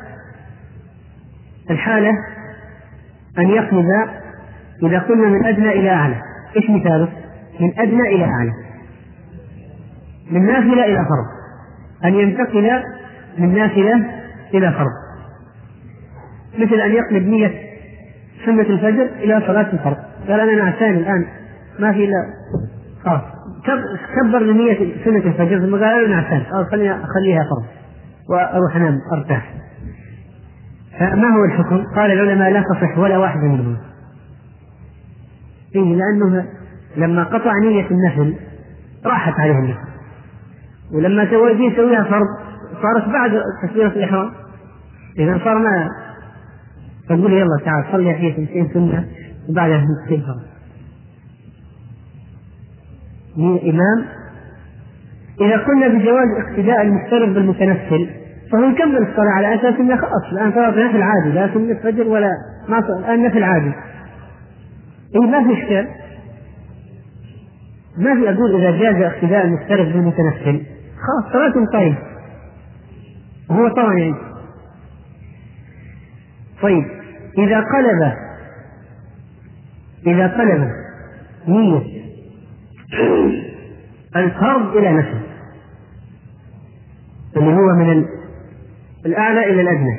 Speaker 1: الحالة أن يقلب إذا قلنا من أدنى إلى أعلى، إيش مثاله؟ من أدنى إلى أعلى، من نافلة إلى فرض، أن ينتقل من نافلة إلى فرض، مثل أن يقلب نية سنة الفجر إلى صلاة الفرض، قال أنا نعسان الآن ما في إلا خلاص كبر لنية سنة الفجر، ثم قال أنا نعسان خليها خليها فرض وأروح أنام أرتاح. فما هو الحكم؟ قال العلماء لا تصح ولا واحدة منهم، إيه لأنه لما قطع نية النفل راحت عليه النفل، ولما تواجه يسويها فرض صارت بعد تكبيرة الإحرام، إذا صار ما تقول يلا تعال صلي فيه سنتين سنة وبعدها سنتين فرض. من إمام إذا قلنا بجواز اقتداء المفترض بالمتنفل فهو يكمل الصلاة على أساس أنه خلاص الآن صار نفل عادي، لا سنة فجر ولا ما النفل عادي، إيه ما في إشكال، ما في أقول إذا جاز اقتداء المفترض بالمتنفل خلاص صلاة طيب هو طبعا يعني. طيب إذا قلب إذا قلب نية الفرض إلى نفل اللي هو من الأعلى إلى الأدنى،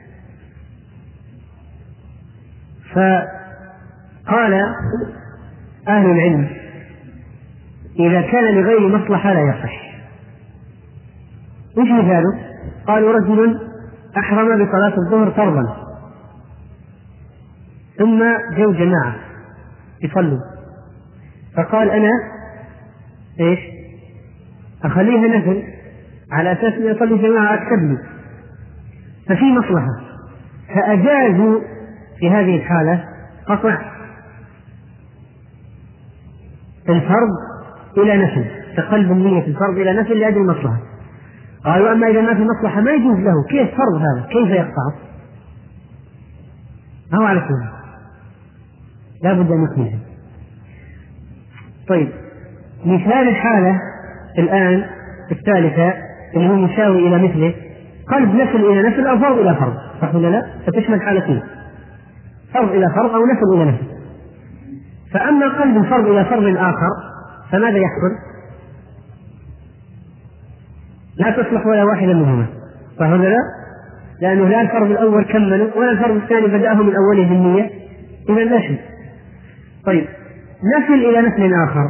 Speaker 1: فقال أهل العلم إذا كان لغير مصلحة لا يصح. وش مثاله؟ قالوا رجل أحرم بصلاة الظهر فرضا ثم جو جماعة يصلوا، فقال أنا إيش أخليها نفل على أساس أن يصلي جماعة أكتب لي، ففي مصلحة، فأجازوا في هذه الحالة قطع الفرض إلى نفل، تقلب النية الفرض إلى نفل لأجل المصلحة. قالوا أما إذا ما في مصلحة ما يجوز له، كيف فرض هذا كيف يقطع؟ هو على كل لا بد أن يكمله. طيب مثال الحالة الآن الثالثة اللي هو يساوي إلى مثله، قلب نفل إلى نفل أو فرض إلى فرض، صح ولا لا؟ فتشمل حالتين، فرض إلى فرض أو نفل إلى نفل. فأما قلب فرض إلى فرض آخر فماذا يحصل؟ لا تصلح ولا واحدة منهما، صح ولا لا؟ لأنه لا الفرض الأول كمله ولا الفرض الثاني بدأه من أوله بالنية، إذا لا شيء. طيب نفل إلى نفل آخر،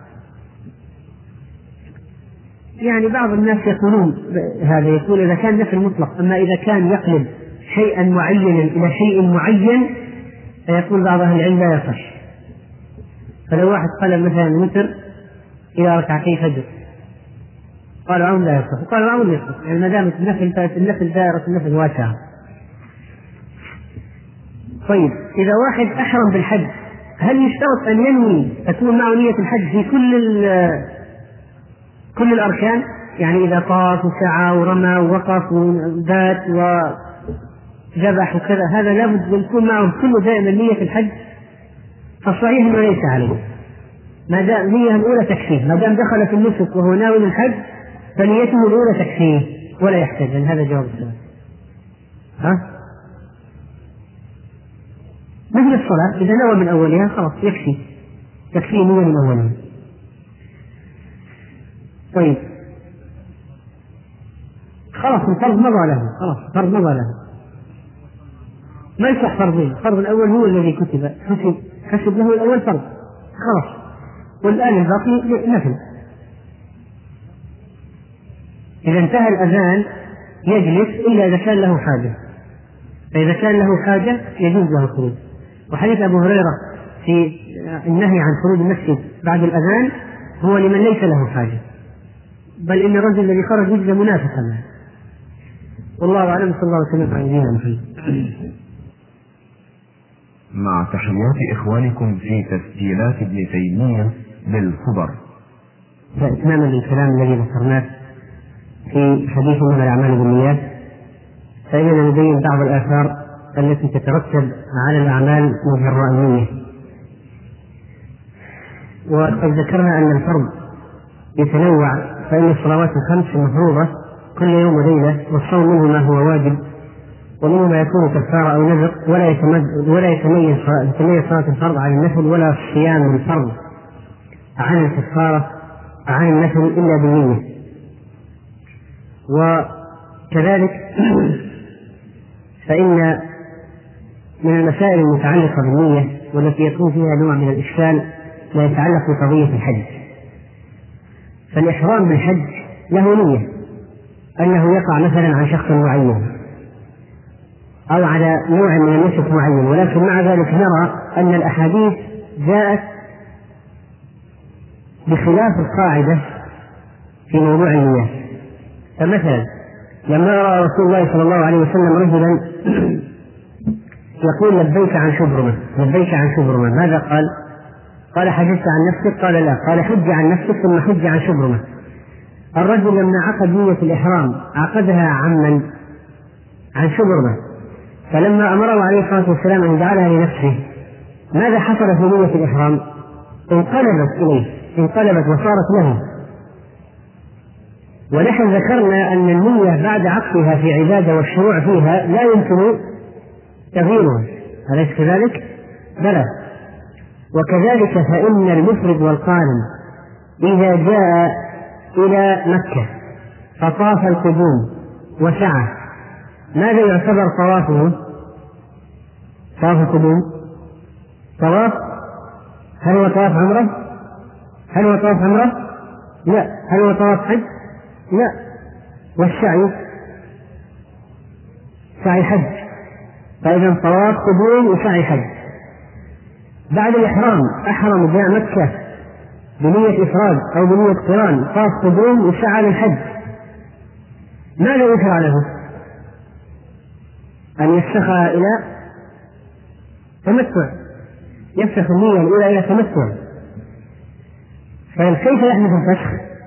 Speaker 1: يعني بعض الناس يقولون هذا، يقول إذا كان نفل مطلق، أما إذا كان يقلب شيئا معينا إلى شيء معين فيقول بعض أهل العلم لا يصح. فلو واحد قلب مثلا الوتر إلى ركعتي فجر قالوا عون لا يصح، وقالوا عون يصح، يعني ما دامت النفل النفل دائرة النفل واسعة. طيب إذا واحد أحرم بالحج هل يشترط أن ينوي تكون معه نية الحج في كل كل الأركان؟ يعني إذا طاف وسعى ورمى ووقف وبات وذبح وكذا هذا لابد أن يكون معه كله دائما نية الحج؟ فالصحيح أنه ليس عليه، ما دام النية الأولى تكفيه، ما دام دخل في النسك وهو ناوي الحج فنيته الأولى تكفيه ولا يحتاج، لأن هذا جواب السؤال. ها؟ مثل الصلاة إذا نوى من أولها خلاص يكفي يكفي نية من أولها. طيب خلاص الفرض مضى له، خلاص فرض مضى له، ما يصح فرضين، الفرض الأول هو الذي كتب حسب حسب له الأول فرض خلاص، والآن الباقي نفل. إذا انتهى الأذان يجلس إلا إذا كان له حاجة، فإذا كان له حاجة يجوز له الخروج. وحديث أبو هريرة في النهي عن خروج المسجد بعد الأذان هو لمن ليس له حاجة، بل إن الرجل الذي خرج يجد منافقا. والله أعلم، صلى الله عليه وسلم على نبينا محمد.
Speaker 2: مع تحيات إخوانكم في تسجيلات ابن تيمية بالخبر.
Speaker 1: فإتماما للكلام الذي ذكرناه في حديث إنما الأعمال بالنيات، فإننا نبين بعض الآثار التي تترتب على الأعمال من جراء النية. وقد ذكرنا أن الفرض يتنوع، فإن الصلوات الخمس المفروضة كل يوم وليلة، والصوم منه ما هو واجب ومنه ما يكون كفارة أو نذر، ولا يتميز ولا يتميز صلاة الفرض عن النفل، ولا الصيام الفرض عن الكفارة عن النفل إلا بالنية. وكذلك فإن من المسائل المتعلقة بالنية والتي يكون فيها نوع من الإشكال ما يتعلق بقضية الحج. فالإحرام بالحج له نية أنه يقع مثلا عن شخص معين أو على نوع من النسك معين، ولكن مع ذلك نرى أن الأحاديث جاءت بخلاف القاعدة في موضوع النية. فمثلا لما رأى رسول الله صلى الله عليه وسلم رجلا يقول لبيك عن شبرمة لبيك عن شبرمة، ماذا قال؟ قال حججت عن نفسك؟ قال لا. قال حج عن نفسك ثم حج عن شبرمة. الرجل لما عقد نية الإحرام عقدها عن من؟ عن شبرمة. فلما أمره عليه الصلاة والسلام أن يجعلها لنفسه ماذا حصل في نية الإحرام؟ انقلبت إليه، انقلبت وصارت له. ونحن ذكرنا أن النية بعد عقدها في عبادة والشروع فيها لا يمكن تغييرها، أليس كذلك؟ بلى. وكذلك فإن المفرد والقارن إذا جاء إلى مكة فطاف القدوم وسعى، ماذا يعتبر طوافه؟ طواف القدوم طواف، هل هو طواف عمرة؟ هل هو طواف عمرة؟ لا. هل هو طواف حج؟ لا. والسعي سعي حج. فإذا طواف قدوم وسعي حج. بعد الإحرام أحرم جاء مكة بنية إفراد أو بنية قران، طاف قدوم وسعى للحج، ماذا يشرع له؟ أن يفسخها إلى تمتع، يفسخ النية الأولى إلى تمتع. فكيف يحدث الفسخ؟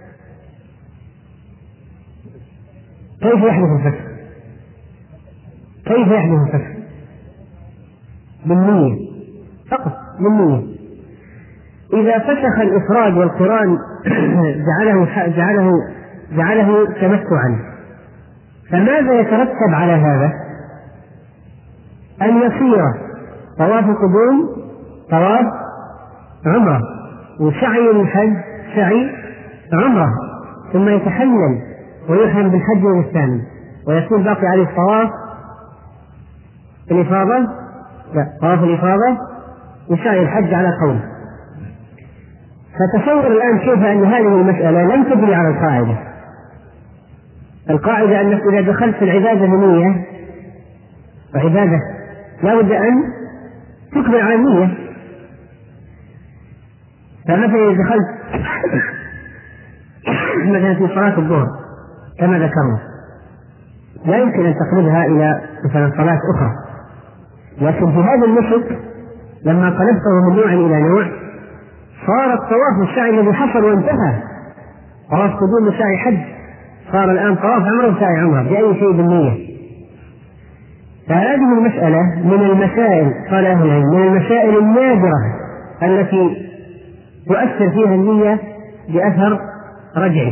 Speaker 1: كيف يحدث الفسخ؟ كيف يحدث الفسخ؟ بالنية فقط، بالنية. إذا فسخ الإفراد والقران جعله جعله جعله تمتعا، فماذا يترتب على هذا؟ أن يصير طواف القدوم طواف عمرة، وسعي الحج سعي عمرة، ثم يتحلل ويحرم بالحج والثاني، ويكون باقي عليه طواف الإفاضة، لا طواف الإفاضة وسعي الحج على قول. فتصور الآن كيف أن هذه المسألة لم تبني على القاعدة. القاعدة أنك إذا دخلت في العبادة بنية وعبادة لا بد أن تقبل على النية. فمثلا إذا دخلت مثلا في صلاة الظهر كما ذكرنا لا يمكن أن تقلبها إلى مثلا صلاة أخرى، لكن في هذا النسك لما قلبته من نوع إلى نوع صار الطواف السعي الذي حصل وانتهى، طواف قدوم وسعي حج، صار الآن طواف عمره وسعي عمره بأي شيء بالنية. فهذه المسألة من المسائل، قال أهل العلم، من المسائل النادرة التي تؤثر فيها النية بأثر رجعي.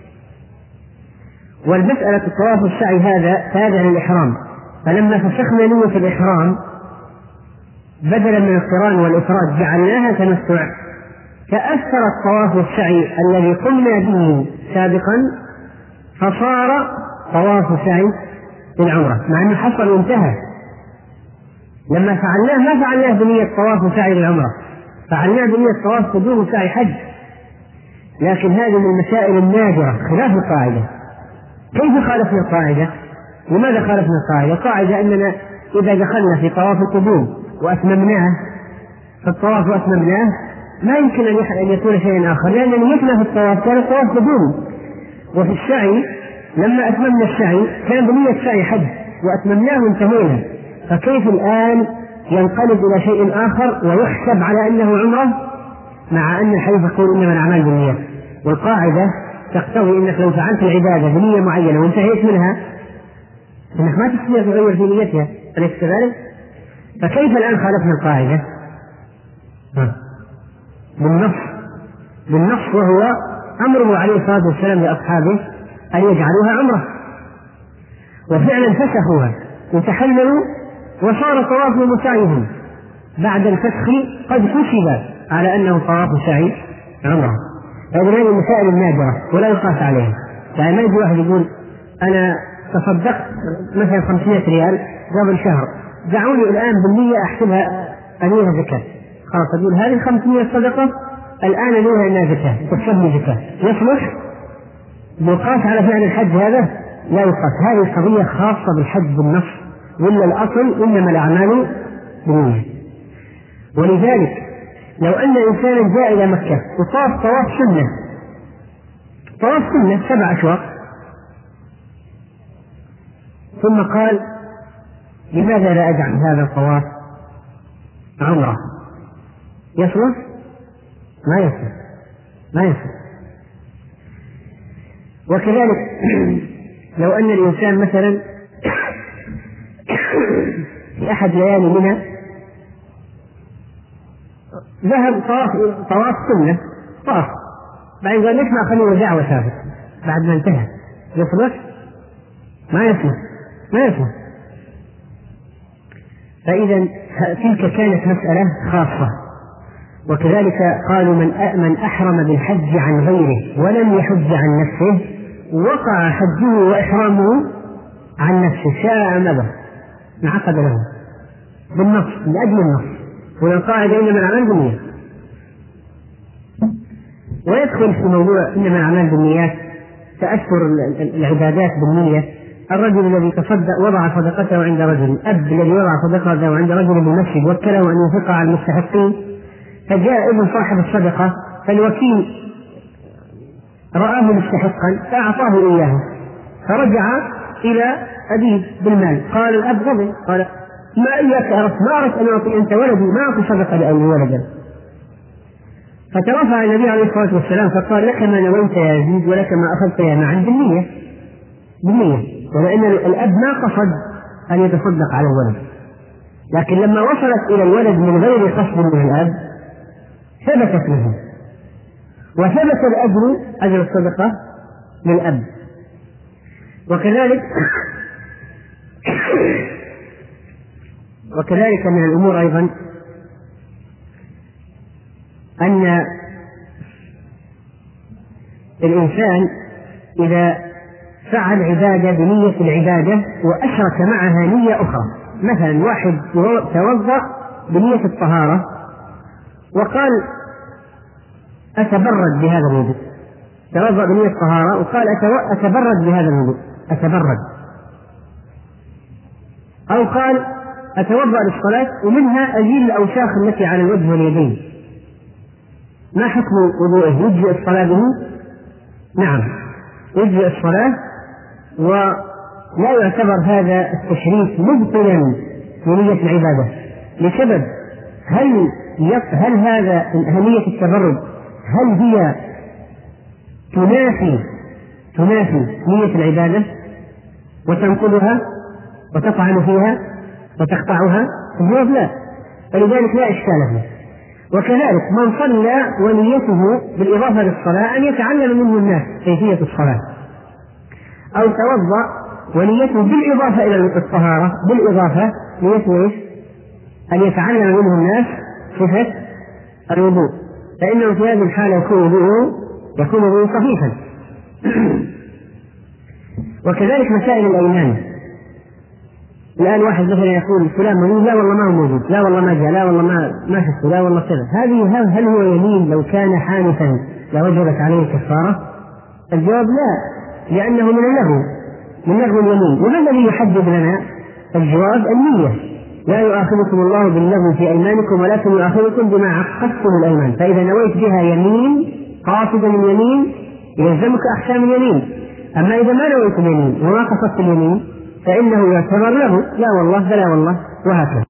Speaker 1: والمسألة الطواف السعي هذا تابع للإحرام، فلما فسخنا نية الإحرام بدلا من القران والإفراد جعلناها تمتع، تأثر الطواف والسعي الذي قمنا به سابقا فصار طواف سعي للعمرة، مع أنه حصل وانتهى. لما فعلناه ما فعلناه بنية طواف وسعي للعمرة، فعلناه بنية طواف قدوم وسعي حج. لكن هذه من المسائل النادرة خلاف القاعدة. كيف خالفنا القاعدة؟ لماذا خالفنا القاعدة؟ القاعدة أننا إذا دخلنا في طواف القدوم وأتممناه في الطواف وأتممناه ما يمكن أن يكون شيء آخر، لأن نيتنا في الطواف كان طواف قدوم، وفي السعي لما أتممنا السعي كان بنية سعي حج وأتممناه وانتهينا، فكيف الآن ينقلب إلى شيء آخر ويحسب على أنه عمرة، مع أن الحديث يقول إنما الأعمال بالنيات، والقاعدة تقتضي أنك لو فعلت العبادة بنية معينة وانتهيت منها أنك ما تستطيع تغير في نيتها، أليس كذلك؟ فكيف الآن خالفنا القاعدة؟ بالنص، بالنص وهو أمره عليه الصلاة والسلام لأصحابه أن يجعلوها عمرة، وفعلا فسخوها وتحللوا وصار طواف وسعيهم بعد الفسخ قد حسب على أنه طواف سعي عمرة. هذه هذه المسائل النادرة ولا يقاس عليها. يعني ما يجي واحد يقول أنا تصدقت مثلا خمسمائة ريال قبل شهر، دعوني الآن بالنية أحسبها أنيها زكاة، خلاص أقول هذه خمسمائة صدقة الآن أنيها إنها زكاة تحسبني زكاة، يصلح يقاس على فعل الحج؟ هذا لا يقاس. هذه قضية خاصة بالحج بالنص، ولا الأصل إنما الأعمال بالنية. ولذلك لو أن إنسانا جاء إلى مكة وطاف طواف سنة، طواف سنة سبع أشواط، ثم قال لماذا لا أجعل هذا الطواف عمرة، يصلح؟ ما يصلح، ما يصلح. وكذلك لو أن الإنسان مثلا في أحد ليالي منى ذهب طواف طواف سنة طاف، بعدين قال ليش ما خليه وداع وسافر بعد ما انتهى؟ يصلح؟ ما يصلح ما يصلح. فإذا تلك كانت مسألة خاصة. وكذلك قالوا من من أحرم بالحج عن غيره ولم يحج عن نفسه وقع حجه وإحرامه عن نفسه شاء أم أبى انعقد له بالنص لأجل النص، والقاعدة إنما الأعمال بالنيات. ويدخل في موضوع إنما الأعمال بالنيات تأثر العبادات بالنية. الرجل الذي تصدق وضع صدقته عند رجل، الأب الذي وضع صدقته عند رجل بالمسجد وكله أن ينفقها على المستحقين، فجاء ابن صاحب الصدقة فالوكيل رآه مستحقا فأعطاه إياه، فرجع إلى أبيه بالمال. قال الأب غضب، قال ما إياك أردت، ما أردت أن أعطي أنت ولدي، ما أعطي صدقة لأي ولدا. فترفع النبي عليه الصلاة والسلام فقال لك ما نويت يا يزيد ولك ما أخذت يا معن بالنية بالنية، ولأن الأب ما قصد أن يتصدق على الولد، لكن لما وصلت إلى الولد من غير قصد من الأب ثبتت له، وثبت الأجر أجر الصدقة للأب. وكذلك وكذلك من الأمور أيضا أن الإنسان إذا فعل عبادة بنية العبادة وأشرك معها نية أخرى، مثلا واحد توضأ بنية الطهارة وقال أتبرد بهذا الوضوء، توضأ بنية الطهارة وقال أتبرد بهذا الوضوء أتبرد، أو قال أتوضأ للصلاة ومنها أزيل الأوساخ التي على الوجه واليدين، ما حكم وضوءه؟ يجزئ الصلاة به؟ نعم يجزئ الصلاة، ولا يعتبر هذا التشريك مبطلا لنية العبادة لسبب هل هل هذا أهمية التبرد هل هي تنافي تنافي نية العبادة وتنقضها وتطعن فيها وتقطعها؟ الجواب لا، فلذلك لا إشكال فيه. وكذلك من صلى ونيته بالإضافة للصلاة أن يتعلم منه الناس كيفية الصلاة، أو توضأ ونيته بالإضافة إلى الطهارة بالإضافة نيته إيش؟ أن يتعلم منه الناس صفة الوضوء، فإنه في هذه الحالة يكون وضوءه يكون وضوءه صحيحا. وكذلك مسائل الأيمان، الآن واحد مثلا يقول فلان موجود، لا والله ما هو موجود، لا والله ما جاء، لا والله ما ما شفته، لا والله كذا، هذه هل هو يمين لو كان حانثا لوجبت عليه كفارة؟ الجواب لا، لأنه من اللغو من لغو اليمين. وما الذي يحدد لنا الجواب؟ النية. لا يؤاخذكم الله باللغو في أيمانكم ولكن يؤاخذكم بما عقدتم الأيمان، فإذا نويت بها يمين قاصدا اليمين يلزمك أحكام اليمين. أما إذا ما نويت اليمين وما قصدت اليمين فإنه يعتبر له لا والله فلا والله وهكذا.